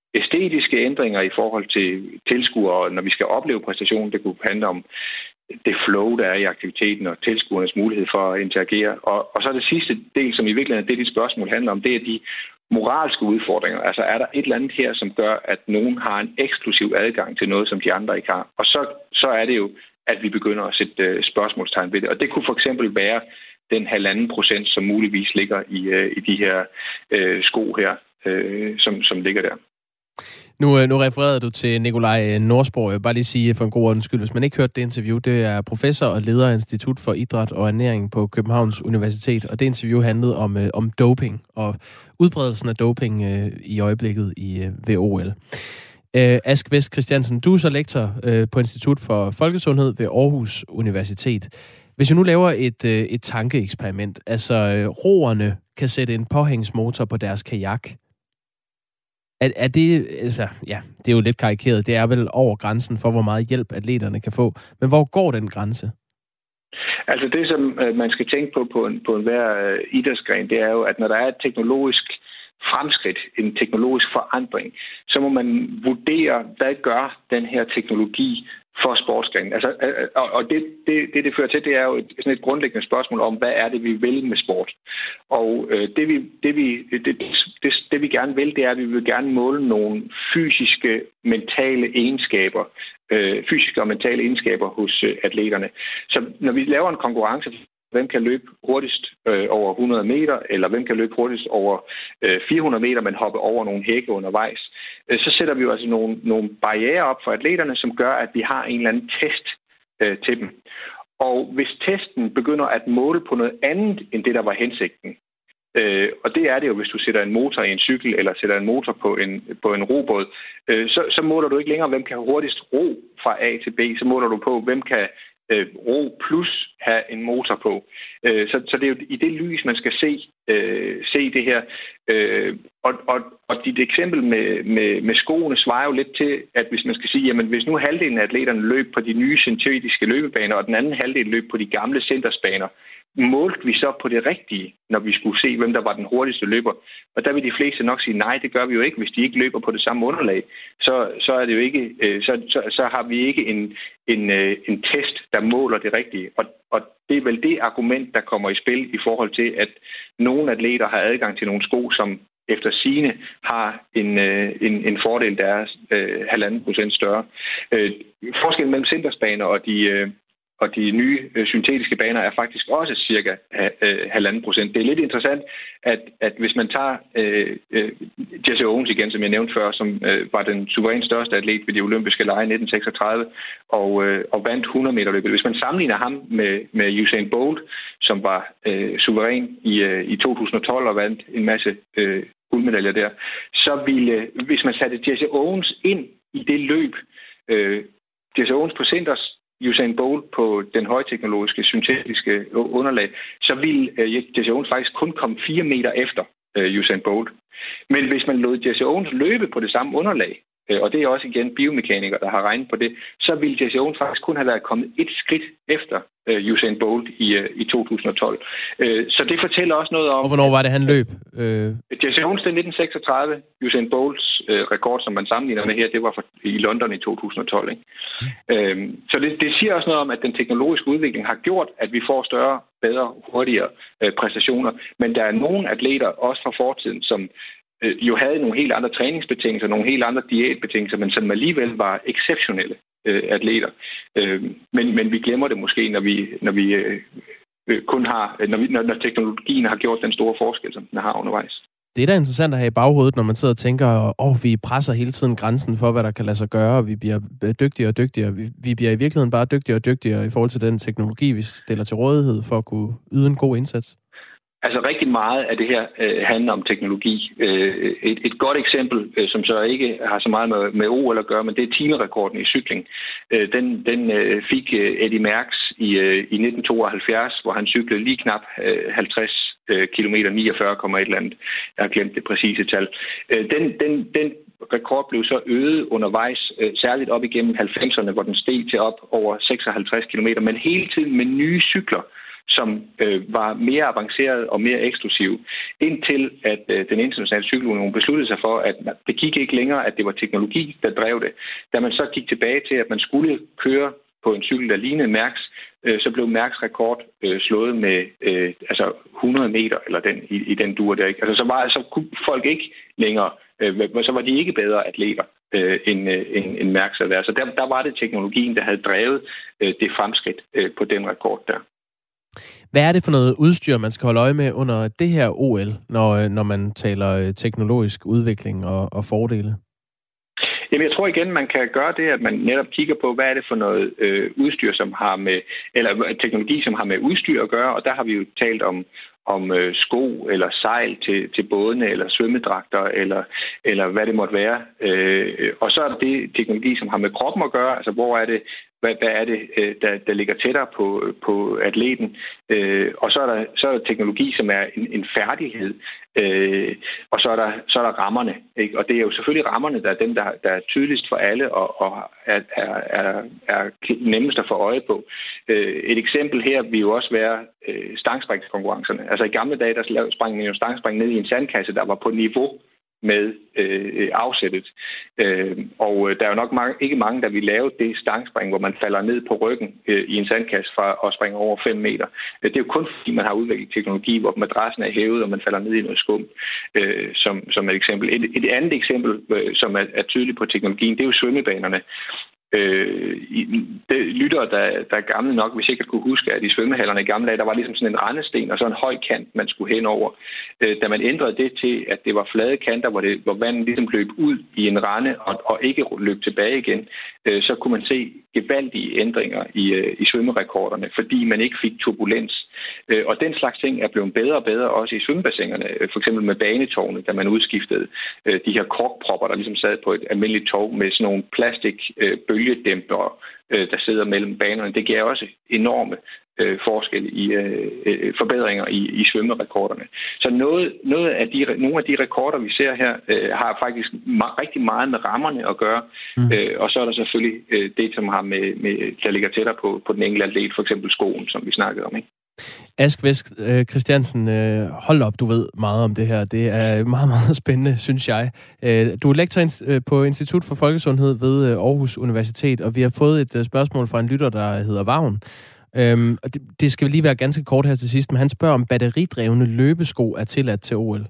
æstetiske ændringer i forhold til tilskuere, når vi skal opleve præstationen. Det kunne handle om det flow, der er i aktiviteten og tilskuernes mulighed for at interagere. Og, og så det sidste del, som i virkeligheden det, dit spørgsmål handler om, det er de moralske udfordringer. Altså er der et eller andet her, som gør, at nogen har en eksklusiv adgang til noget, som de andre ikke har. Og så, så er det jo, at vi begynder at sætte uh, spørgsmålstegn ved det. Og det kunne for eksempel være den halvanden procent, som muligvis ligger i, uh, i de her uh, sko her, uh, som, som ligger der. Nu, nu refererede du til Nikolaj Norsborg. Jeg vil bare lige sige for en god ordens skyld, hvis man ikke hørte det interview, det er professor og leder af Institut for Idræt og Ernæring på Københavns Universitet, og det interview handlede om, om doping og udbredelsen af doping øh, i øjeblikket i, øh, ved O L. Øh, Ask Vest Christiansen, du er så lektor øh, på Institut for Folkesundhed ved Aarhus Universitet. Hvis vi nu laver et, øh, et tankeeksperiment, altså øh, roerne kan sætte en påhængsmotor på deres kajak, Er, er det, altså, ja, det er jo lidt karikeret. Det er vel over grænsen for, hvor meget hjælp atleterne kan få. Men hvor går den grænse? Altså det, som øh, man skal tænke på på, en, på enhver øh, idrætsgren, det er jo, at når der er et teknologisk fremskridt, en teknologisk forandring, så må man vurdere, hvad gør den her teknologi for sportsgrenen. Altså, og det, det, det, det fører til, det er jo et, sådan et grundlæggende spørgsmål om, hvad er det, vi vil med sport. Og øh, det, vi, det, vi, det, det, det, vi gerne vil, det er, at vi vil gerne måle nogle fysiske, mentale egenskaber, øh, fysiske og mentale egenskaber hos øh, atleterne. Så når vi laver en konkurrence, hvem kan løbe hurtigst øh, over hundrede meter, eller hvem kan løbe hurtigst over øh, fire hundrede meter, men hoppe over nogle hække undervejs, øh, så sætter vi jo altså nogle, nogle barrierer op for atleterne, som gør, at vi har en eller anden test øh, til dem. Og hvis testen begynder at måle på noget andet, end det, der var hensigten, øh, og det er det jo, hvis du sætter en motor i en cykel, eller sætter en motor på en, på en robåd, øh, så, så måler du ikke længere, hvem kan hurtigst ro fra A til B, så måler du på, hvem kan Øh, ro plus have en motor på. Øh, så, så det er jo i det lys, man skal se, øh, se det her. Øh, og, og, og dit eksempel med, med, med skoene svarer jo lidt til, at hvis man skal sige, jamen hvis nu halvdelen af atleterne løb på de nye syntetiske løbebaner, og den anden halvdel løb på de gamle centersbaner, målte vi så på det rigtige, når vi skulle se, hvem der var den hurtigste løber. Og der vil de fleste nok sige, nej, det gør vi jo ikke, hvis de ikke løber på det samme underlag. Så, så er det jo ikke, så, så, så har vi ikke en, en, en test, der måler det rigtige. Og, og det er vel det argument, der kommer i spil i forhold til, at nogle atleter har adgang til nogle sko, som efter sigende har en, en, en fordel, der er øh, halvanden procent større. Øh, forskellen mellem centersbaner og de øh, Og de nye øh, syntetiske baner er faktisk også cirka øh, halvanden procent. Det er lidt interessant, at, at hvis man tager øh, øh, Jesse Owens igen, som jeg nævnte før, som øh, var den suverænt største atlet ved de olympiske lege i nitten seksogtredive og, øh, og vandt hundrede meter løbet. Hvis man sammenligner ham med, med Usain Bolt, som var øh, suveræn i, øh, i to tusind og tolv og vandt en masse øh, guldmedaljer der, så ville, hvis man satte Jesse Owens ind i det løb, øh, Jesse Owens på centers, Usain Bolt på den højteknologiske, syntetiske underlag, så vil uh, Jesse Owens faktisk kun komme fire meter efter uh, Usain Bolt. Men hvis man lod Jesse Owens løbe på det samme underlag, uh, og det er også igen biomekanikere, der har regnet på det, så ville Jesse Owens faktisk kun have været kommet et skridt efter uh, Usain Bolt i, uh, i to tusind og tolv. Uh, så det fortæller også noget om... Og hvornår var det, han løb? Uh... Jesse Owens i nitten seksogtredive, Usain Bolts uh, rekord, som man sammenligner med her, det var for, i London i to tusind og tolv. Ikke? Mm. Uh, så det, det siger også noget om, at den teknologiske udvikling har gjort, at vi får større, bedre, hurtigere uh, præstationer. Men der er nogle atleter, også fra fortiden, som uh, jo havde nogle helt andre træningsbetingelser, nogle helt andre diætbetingelser, men som alligevel var exceptionelle uh, atleter. Uh, men, men vi glemmer det måske, når vi... Når vi uh, kun har, når, vi, når teknologien har gjort den store forskel, som den har undervejs. Det er da interessant at have i baghovedet, når man sidder og tænker, åh, oh, vi presser hele tiden grænsen for, hvad der kan lade sig gøre, og vi bliver dygtigere og dygtigere. Vi, vi bliver i virkeligheden bare dygtigere og dygtigere i forhold til den teknologi, vi stiller til rådighed for at kunne yde en god indsats. Altså rigtig meget af det her øh, handler om teknologi. Øh, et, et godt eksempel, øh, som så ikke har så meget med, med O L at gøre, men det er timerekorden i cykling. Øh, den den øh, fik øh, Eddy Merckx i, øh, i nitten tooghalvfjerds, hvor han cyklede lige knap øh, halvtreds øh, kilometer, niogfyrre komma et eller andet. Jeg har glemt det præcise tal. Øh, den, den, den rekord blev så øget undervejs, øh, særligt op igennem halvfemserne, hvor den steg til op over seksoghalvtreds kilometer, men hele tiden med nye cykler, som øh, var mere avanceret og mere eksklusiv, indtil at øh, den internationale cykelunion besluttede sig for, at det gik ikke længere, at det var teknologi, der drev det. Da man så gik tilbage til, at man skulle køre på en cykel, der lignede Mærks, øh, så blev Mærks rekord øh, slået med øh, altså hundrede meter eller den, i, i den dur der. Ikke? Altså, så, var, så kunne folk ikke længere, øh, så var de ikke bedre atleter øh, end, øh, end, end Mærks havde været. Så der, der var det teknologien, der havde drevet øh, det fremskridt øh, på den rekord der. Hvad er det for noget udstyr, man skal holde øje med under det her O L, når, når man taler teknologisk udvikling og, og fordele? Jamen, jeg tror igen, man kan gøre det, at man netop kigger på, hvad er det for noget øh, udstyr, som har med, eller teknologi, som har med udstyr at gøre, og der har vi jo talt om, om øh, sko eller sejl til, til bådene, eller svømmedragter, eller, eller hvad det måtte være. Øh, og så er det teknologi, som har med kroppen at gøre, altså hvor er det, Hvad, hvad er det, der, der ligger tættere på, på atleten? Øh, og så er, der, så er der teknologi, som er en, en færdighed. Øh, og så er, der, så er der rammerne. Ikke? Og det er jo selvfølgelig rammerne, der er dem, der, der er tydeligst for alle og, og er, er, er, er nemmest at få øje på. Øh, et eksempel her vil jo også være øh, stangspringskonkurrencerne. Altså i gamle dage, der sprang man jo stangspring ned i en sandkasse, der var på niveau med øh, afsættet. Øh, og der er jo nok mange, ikke mange, der vil lave det stangspring, hvor man falder ned på ryggen øh, i en sandkasse fra at springe over fem meter. Det er jo kun fordi, man har udviklet teknologi, hvor madrassen er hævet, og man falder ned i noget skum, øh, som, som et eksempel. Et, et andet eksempel, øh, som er, er tydeligt på teknologien, det er jo svømmebanerne. Øh, det lytter, der, der er gamle nok, hvis jeg ikke kunne huske, at i svømmehallerne i gamle dage, der var ligesom sådan en rendesten og så en høj kant, man skulle hen over. Øh, da man ændrede det til, at det var flade kanter, hvor, det, hvor vandet ligesom løb ud i en rende og, og ikke løb tilbage igen, øh, så kunne man se gevaldige ændringer i, øh, i svømmerekorderne, fordi man ikke fik turbulens. Øh, og den slags ting er blevet bedre og bedre også i svømmebassinerne, for eksempel med banetårne, da man udskiftede øh, de her korkpropper, der ligesom sad på et almindeligt tog med sådan nogle plastik øh, bølgedæmpere, øh, der sidder mellem banerne. Det giver også enorme øh, forskel i øh, forbedringer i, i svømmerekorderne. Så noget, noget af de, nogle af de rekorder, vi ser her, øh, har faktisk ma- rigtig meget med rammerne at gøre. Mm. Øh, og så er der selvfølgelig øh, det, som har med, med, der ligger tættere på, på den enkelte atlet, for eksempel skoen, som vi snakkede om, ikke? Ask Vest øh, Christiansen, øh, hold op, du ved meget om det her. Det er meget, meget spændende, synes jeg. Øh, du er lektor på Institut for Folkesundhed ved Aarhus Universitet, og vi har fået et spørgsmål fra en lytter, der hedder Vagn. Øhm, og det, det skal lige være ganske kort her til sidst, men han spørger, om batteridrevne løbesko er tilladt til O L.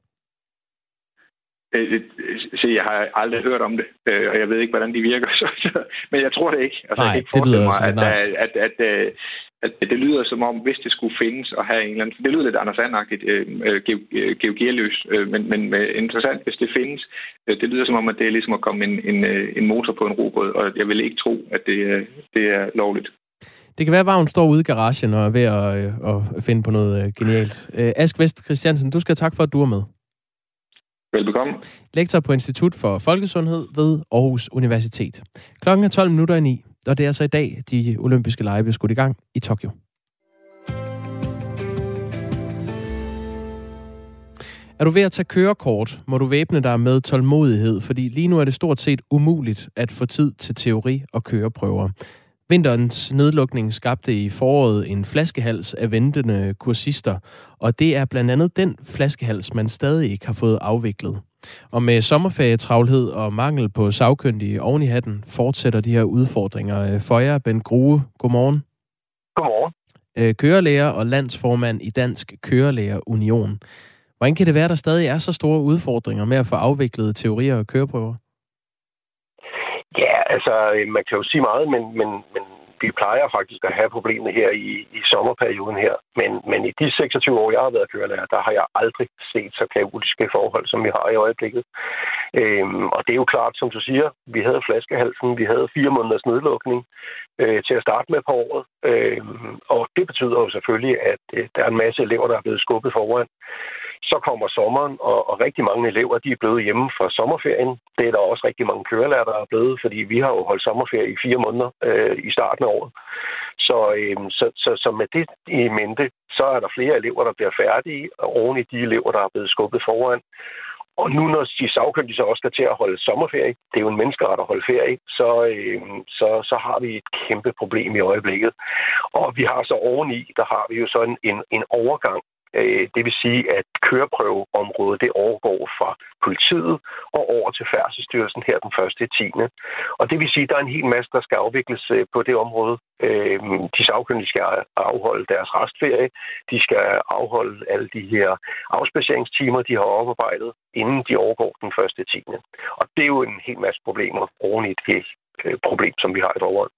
Se, jeg har aldrig hørt om det, og jeg ved ikke, hvordan de virker, men jeg tror det ikke. Altså, nej, jeg kan ikke det lyder mig, som, at, at, at, at, at, at det lyder som om, hvis det skulle findes og have en eller anden... Det lyder lidt Anders And-agtigt, øh, Georg Gearløs, øh, men, men interessant, hvis det findes. Det lyder som om, at det er ligesom at komme en, en, en motor på en robåd, og jeg vil ikke tro, at det, det er lovligt. Det kan være, at Vagn står ude i garagen og er ved at, at finde på noget genialt. Ask Vest Christiansen, du skal have tak for, at du er med. Velbekomme. Lektor på Institut for Folkesundhed ved Aarhus Universitet. Klokken er tolv minutter i ni, og det er så i dag, de olympiske lege bliver skudt i gang i Tokyo. Er du ved at tage kørekort, må du væbne dig med tålmodighed, fordi lige nu er det stort set umuligt at få tid til teori- og køreprøver. Vinterens nedlukning skabte i foråret en flaskehals af ventende kursister, og det er blandt andet den flaskehals, man stadig ikke har fået afviklet. Og med sommerferietravlhed og mangel på sagkyndige oven i hatten, fortsætter de her udfordringer. For jer, Bent Grue, godmorgen. Godmorgen. Kørelærer og landsformand i Dansk Kørelærer Union. Hvordan kan det være, at der stadig er så store udfordringer med at få afviklet teorier og køreprøver? Ja, altså, man kan jo sige meget, men, men, men vi plejer faktisk at have problemet her i, i sommerperioden her. Men, men i de seksogtyve år, jeg har været kørelærer, der har jeg aldrig set så kaotiske forhold, som vi har i øjeblikket. Øhm, og det er jo klart, som du siger, vi havde flaskehalsen, vi havde fire måneders nedlukning øh, til at starte med på året. Øhm, og det betyder jo selvfølgelig, at øh, der er en masse elever, der er blevet skubbet foran. Så kommer sommeren, og, og rigtig mange elever, de er blevet hjemme fra sommerferien. Det er der også rigtig mange kørelærer, der er blevet, fordi vi har jo holdt sommerferie i fire måneder øh, i starten af året. Så, øh, så, så, så med det i mente, så er der flere elever, der bliver færdige, oven i de elever, der er blevet skubbet foran. Og nu når de sagkyndige så også skal til at holde sommerferie, det er jo en menneskeret at holde ferie, så, øh, så, så har vi et kæmpe problem i øjeblikket. Og vi har så oveni, der har vi jo sådan en, en overgang. Det vil sige, at køreprøveområdet det overgår fra politiet og over til Færdselsstyrelsen her den første tiende Og det vil sige, at der er en hel masse, der skal afvikles på det område. De sagkyndige skal afholde deres restferie. De skal afholde alle de her afspaceringstimer, de har oparbejdet, inden de overgår den første tiende Og det er jo en hel masse problemer oven i det problem, som vi har i Dragvoll.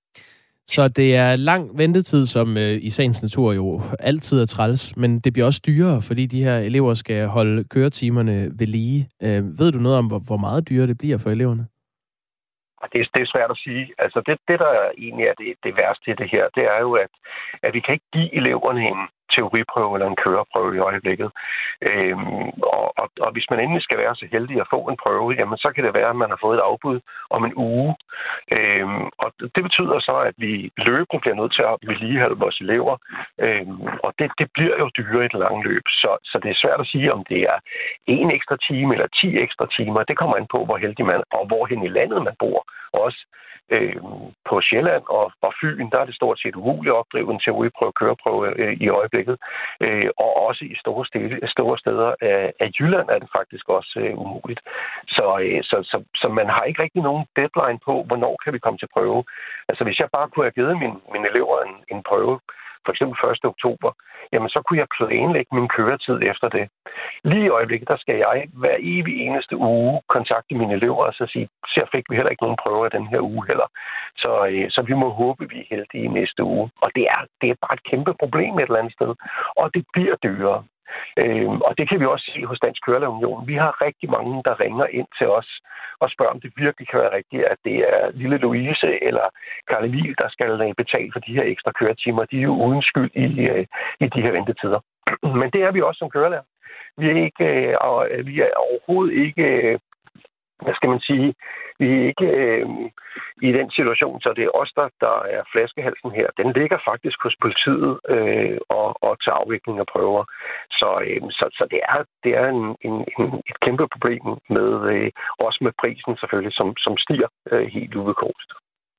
Så det er lang ventetid, som øh, i sagens natur jo altid er træls, men det bliver også dyrere, fordi de her elever skal holde køretimerne ved lige. Øh, ved du noget om, hvor, hvor meget dyrere det bliver for eleverne? Det er, det er svært at sige. Altså det, det der egentlig er det, det værste i det her, det er jo, at, at vi kan ikke give eleverne en teoriprøve eller en køreprøve i øjeblikket. Øhm, og, og, og hvis man endelig skal være så heldig at få en prøve, jamen så kan det være, at man har fået et afbud om en uge. Øhm, og det betyder så, at vi løbende bliver nødt til at vedligeholde vores elever. Øhm, og det, det bliver jo dyrere i det lange løb. Så, så det er svært at sige, om det er en ekstra time eller ti ekstra timer. Det kommer an på, hvor heldig man er, og hvorhen i landet man bor. Også øh, på Sjælland og, og Fyn, der er det stort set umuligt at opdrive en teoriprøve og køreprøve øh, i øjeblikket. Øh, og også i store, stede, store steder af, af Jylland er det faktisk også øh, umuligt. Så, øh, så, så, så man har ikke rigtig nogen deadline på, hvornår kan vi komme til prøve. Altså hvis jeg bare kunne have givet mine, mine elever en, en prøve, for eksempel første oktober, jamen så kunne jeg planlægge min køretid efter det. Lige i øjeblikket, der skal jeg hver evig eneste uge kontakte mine elever og så sige, så fik vi heller ikke nogen prøver i den her uge heller. Så, øh, så vi må håbe, vi er heldige i næste uge. Og det er, det er bare et kæmpe problem et eller andet sted. Og det bliver dyrere. Øhm, og det kan vi også se hos Dansk Kørelærer Union. Vi har rigtig mange, der ringer ind til os og spørger, om det virkelig kan være rigtigt, at det er lille Louise eller Karl Emil, der skal betale for de her ekstra køretimer. De er jo uden skyld i, i de her ventetider. Men det er vi også som kørelærer. Vi er, ikke, og vi er overhovedet ikke, hvad skal man sige, vi er ikke øh, i den situation, så det er os, der, der er flaskehalsen her. Den ligger faktisk hos politiet øh, og, og til afvikling af prøver. Så, øh, så, så det er, det er en, en, en, et kæmpe problem med, øh, også med prisen selvfølgelig, som, som stiger øh, helt uvedkommest.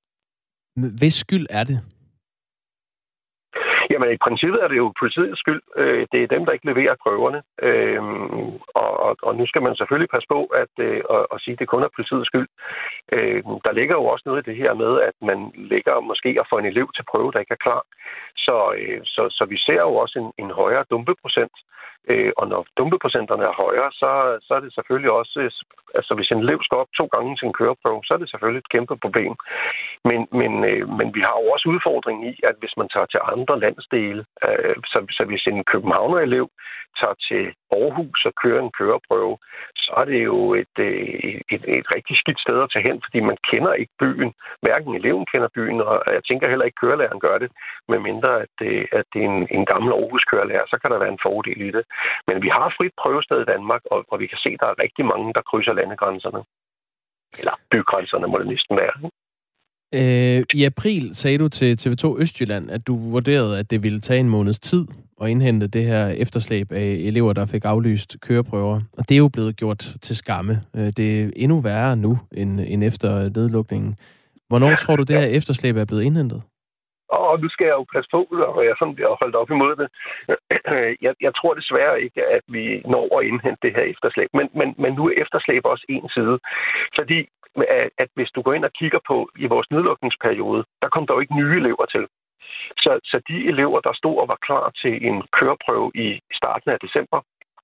Hvis skyld er det? Jamen i princippet er det jo politiets skyld. Det er dem, der ikke leverer prøverne. Og, og, og nu skal man selvfølgelig passe på at, at, at sige, at det kun er politiets skyld. Der ligger jo også noget i det her med, at man lægger måske at få en elev til prøve, der ikke er klar. Så, så, så vi ser jo også en, en højere dumpeprocent. Og når dumpeprocenterne er højere, så, så er det selvfølgelig også, altså hvis en elev skal op to gange til en køreprøve, så er det selvfølgelig et kæmpe problem. Men, men, men vi har jo også udfordringen i, at hvis man tager til andre landsdele, så, så hvis en københavner-elev tager til Aarhus og kører en køreprøve, så er det jo et, et, et, et rigtig skidt sted at tage hen, fordi man kender ikke byen. Hverken eleven kender byen, og jeg tænker heller ikke, kørelæreren gør det, medmindre at det, at det er en, en gammel Aarhus-kørelærer, så kan der være en fordel i det. Men vi har frit prøvested i Danmark, og, og vi kan se, at der er rigtig mange, der krydser landegrænserne. Eller bygrænserne må det næsten være. Øh, I april sagde du til T V to Østjylland, at du vurderede, at det ville tage en måneds tid at indhente det her efterslæb af elever, der fik aflyst køreprøver. Og det er jo blevet gjort til skamme. Det er endnu værre nu, end, end efter nedlukningen. Hvornår tror du, det her efterslæb er blevet indhentet? Og nu skal jeg jo passe på, og jeg sådan bliver holdt op imod det. Jeg, jeg tror desværre ikke, at vi når at indhente det her efterslæb. Men, men, men nu er efterslæb også en side. Fordi at, at hvis du går ind og kigger på i vores nedlukningsperiode, der kom der jo ikke nye elever til. Så, så de elever, der stod og var klar til en køreprøve i starten af december,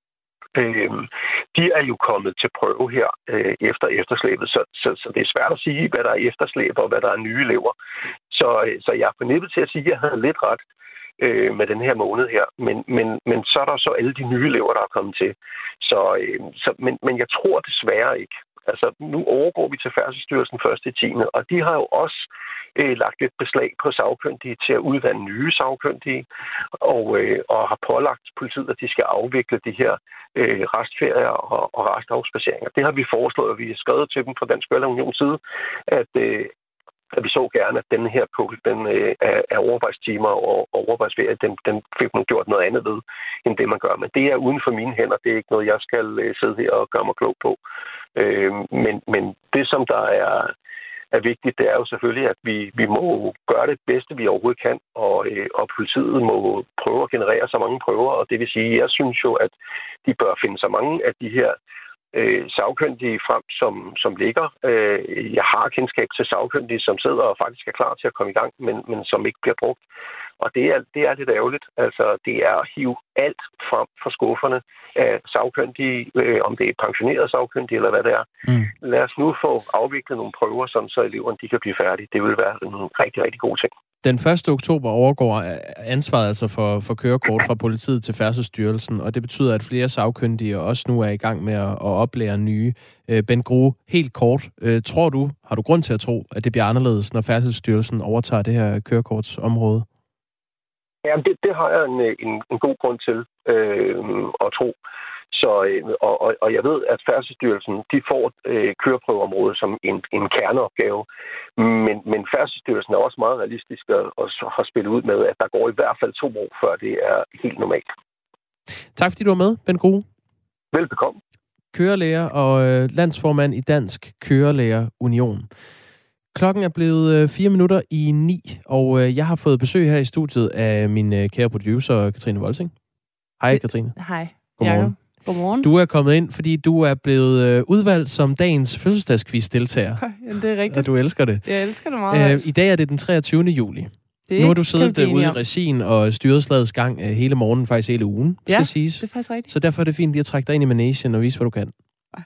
øh, de er jo kommet til prøve her øh, efter efterslæbet. Så, så, så det er svært at sige, hvad der er efterslæb og hvad der er nye elever. Så, så jeg er fornippet til at sige, at jeg havde lidt ret øh, med den her måned her. Men, men, men så er der så alle de nye elever, der er kommet til. Så, øh, så, men, men jeg tror desværre ikke. Altså, nu overgår vi til Færdselsstyrelsen første tiende, og de har jo også øh, lagt et beslag på sagkyndige til at uddanne nye sagkyndige, og, øh, og har pålagt politiet, at de skal afvikle de her øh, restferier og, og restafspaceringer. Det har vi foreslået, og vi har skrevet til dem fra Dansk Kørelærer Unions side, at, øh, at vi så gerne, at den her pukkel, den øh, af, af overarbejdstimer og, og overarbejdsferie, den, den fik man gjort noget andet ved, end det man gør. Men det er uden for mine hænder. Det er ikke noget, jeg skal øh, sidde her og gøre mig klog på. Øh, men, men det, som der er, er vigtigt, det er jo selvfølgelig, at vi, vi må gøre det bedste, vi overhovedet kan, og, øh, og politiet må prøve at generere så mange prøver, og det vil sige, jeg synes jo, at de bør finde så mange af de her øh, sagkyndige frem, som, som ligger. Øh, jeg har kendskab til sagkyndige, som sidder og faktisk er klar til at komme i gang, men, men som ikke bliver brugt. Og det er, det er lidt ærgerligt. Altså, det er at hive alt frem fra skufferne af sagkyndige, øh, om det er pensionerede sagkyndige eller hvad det er. Mm. Lad os nu få afviklet nogle prøver, sådan så eleverne de kan blive færdige. Det vil være en rigtig, rigtig god ting. Den første oktober overgår ansvaret altså for, for kørekort fra politiet til Færdselsstyrelsen, og det betyder, at flere sagkyndige også nu er i gang med at, at oplære nye. Bent Grue, helt kort, tror du, har du grund til at tro, at det bliver anderledes, når Færdselsstyrelsen overtager det her kørekortsområde? Jamen, det, det har jeg en, en, en god grund til øh, at tro. Så, og, og, og jeg ved, at Færdselsstyrelsen de får øh, køreprøveområdet som en, en kerneopgave, men, men Færdselsstyrelsen er også meget realistisk og, og har spillet ud med, at der går i hvert fald to år, før det er helt normalt. Tak fordi du var med, Bent Grue. Velbekomme. Kørelærer og øh, landsformand i Dansk Kørelærer Union. Klokken er blevet fire minutter i ni, og øh, jeg har fået besøg her i studiet af min øh, kære producer, Katrine Volsing. Hej, det, Katrine. Hej. Godmorgen. Jacob. Godmorgen. Du er kommet ind, fordi du er blevet øh, udvalgt som dagens fødselsdagsquiz-deltager. Ja, det er rigtigt. Og du elsker det. Jeg elsker det meget. Øh, I dag er det den treogtyvende juli. Det nu har du siddet ude i regien og styret slagets gang øh, hele morgenen, faktisk hele ugen, ja, skal siges. Det er faktisk rigtigt. Så derfor er det fint lige at trække dig ind i managen og vise, hvad du kan.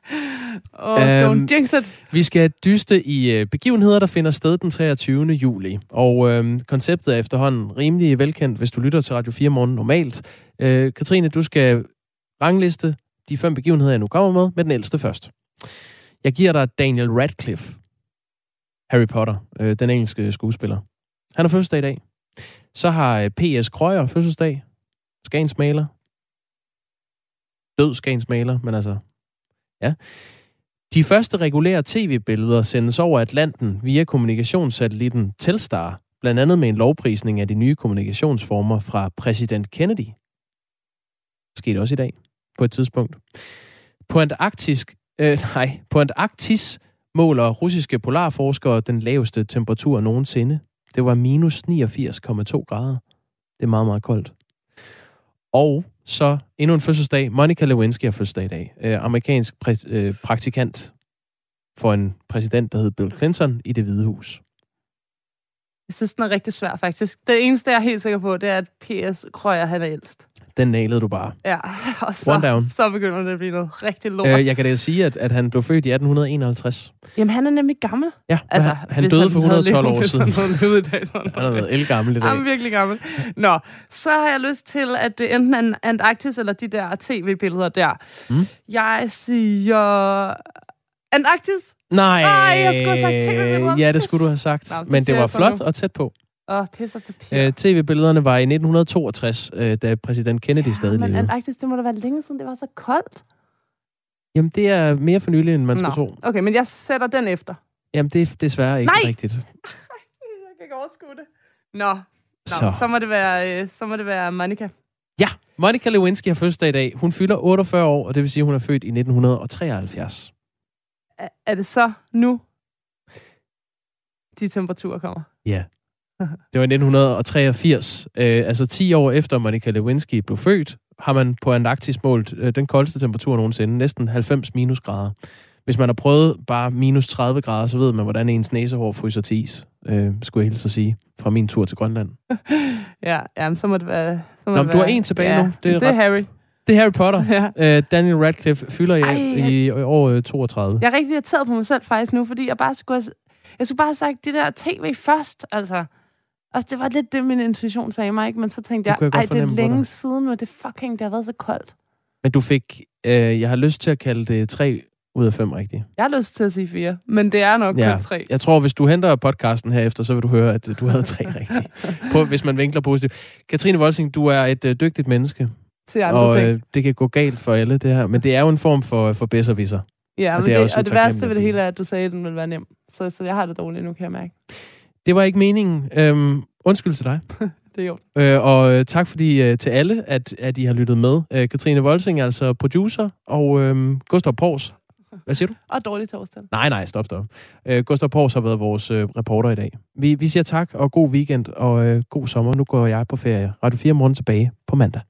Oh, øhm, don't jinx it. Vi skal dyste i øh, begivenheder, der finder sted den treogtyvende juli. Og øh, konceptet er efterhånden rimelig velkendt, hvis du lytter til Radio fire Morgen normalt. Øh, Katrine, du skal rangliste de fem begivenheder, jeg nu kommer med, med den ældste først. Jeg giver dig Daniel Radcliffe, Harry Potter, øh, den engelske skuespiller. Han har fødselsdag i dag. Så har øh, P S Krøyer fødselsdag. Skagens maler. Død Skagens maler, men altså... Ja. De første regulære tv-billeder sendes over Atlanten via kommunikationssatellitten Telstar, blandt andet med en lovprisning af de nye kommunikationsformer fra præsident Kennedy. Det skete også i dag, på et tidspunkt. På Antarktis, øh, nej, på Antarktis måler russiske polarforskere den laveste temperatur nogensinde. Det var minus niogfirs komma to grader. Det er meget, meget koldt. Og så endnu en fødselsdag. Monica Lewinsky har fødselsdag i dag. Øh, amerikansk præ- øh, praktikant for en præsident, der hed Bill Clinton i Det Hvide Hus. Jeg synes, den er rigtig svær, faktisk. Det eneste, jeg er helt sikker på, det er, at P S Krøyer, han er ældst. Den nailede du bare. Ja, og så, så begynder det at blive noget rigtig lort. Øh, jeg kan da sige, at, at han blev født i atten enoghalvtreds. Jamen, han er nemlig gammel. Ja, altså, han, han døde han for et hundrede og tolv år siden. Han havde i dag, sådan han har været elgammel i dag. Han er virkelig gammel. Nå, så har jeg lyst til, at det enten er Antarktis eller de der tv-billeder der. Mm. Jeg siger... Antarktis? Nej. Nej, jeg skulle have sagt tv-billeder. Ja, det skulle du have sagt. Nå, men det var flot og tæt på. Åh, oh, pis og papir. Øh, tv-billederne var i nitten toogtres, øh, da præsident Kennedy ja, stadig levede. Men Antarktis, det må da være længe siden, det var så koldt. Jamen, det er mere for nylig, end man skulle tro. Okay, men jeg sætter den efter. Jamen, det er desværre ikke Nej! rigtigt. Jeg kan ikke overskue det. Nå, Nå så. Så, må det være, så må det være Monica. Ja, Monica Lewinsky har fødselsdag i dag. Hun fylder otteogfyrre år, og det vil sige, at hun er født i nitten treoghalvfjerds. Er, er det så nu, de temperaturer kommer? Ja. Det var i nitten treogfirs. Øh, altså ti år efter Monica Lewinsky blev født, har man på Antarktis målt øh, den koldeste temperatur nogensinde. Næsten halvfems minusgrader. Hvis man har prøvet bare minus tredive grader, så ved man, hvordan ens næsehår fryser til is. Øh, skulle jeg hilse at sige. Fra min tur til Grønland. ja, jamen, så må det være... Så må Nå, det du være, har en tilbage ja, nu. Det er, det er ret, Harry. Det er Harry Potter. Ja. Øh, Daniel Radcliffe fylder i, Ej, i, i år toogtredive. Jeg er rigtig irriteret på mig selv faktisk nu, fordi jeg bare skulle have, jeg skulle bare have sagt det der tv først, altså. Og det var lidt det, min intuition sagde mig, ikke? Men så tænkte jeg, jeg ej, det er længe siden, men det fucking, det har været så koldt. Men du fik, øh, jeg har lyst til at kalde det tre ud af fem rigtigt. Jeg har lyst til at sige fire, men det er nok ja. kun tre. Jeg tror, hvis du henter podcasten herefter, så vil du høre, at du havde tre rigtigt. På, hvis man vinkler positivt. Katrine Volsing, du er et øh, dygtigt menneske. Til andre og ting. Øh, det kan gå galt for alle, det her. Men det er jo en form for, for bedservisser. Ja, og det, det, og det værste ved det hele er, at du sagde, at den ville være nem. Så, så jeg har det dårligt nu, kan jeg mærke. Det var ikke meningen. Øhm, undskyld til dig. Det er jo. Øh, og tak fordi øh, til alle, at, at I har lyttet med. Øh, Katrine Volsing, altså producer, og øh, Gustav Pors. Hvad siger du? Og dårlig torsdag. Nej, nej, stop, stop. Øh, Gustav Pors har været vores øh, reporter i dag. Vi, vi siger tak, og god weekend, og øh, god sommer. Nu går jeg på ferie. Radio fire morgen tilbage på mandag.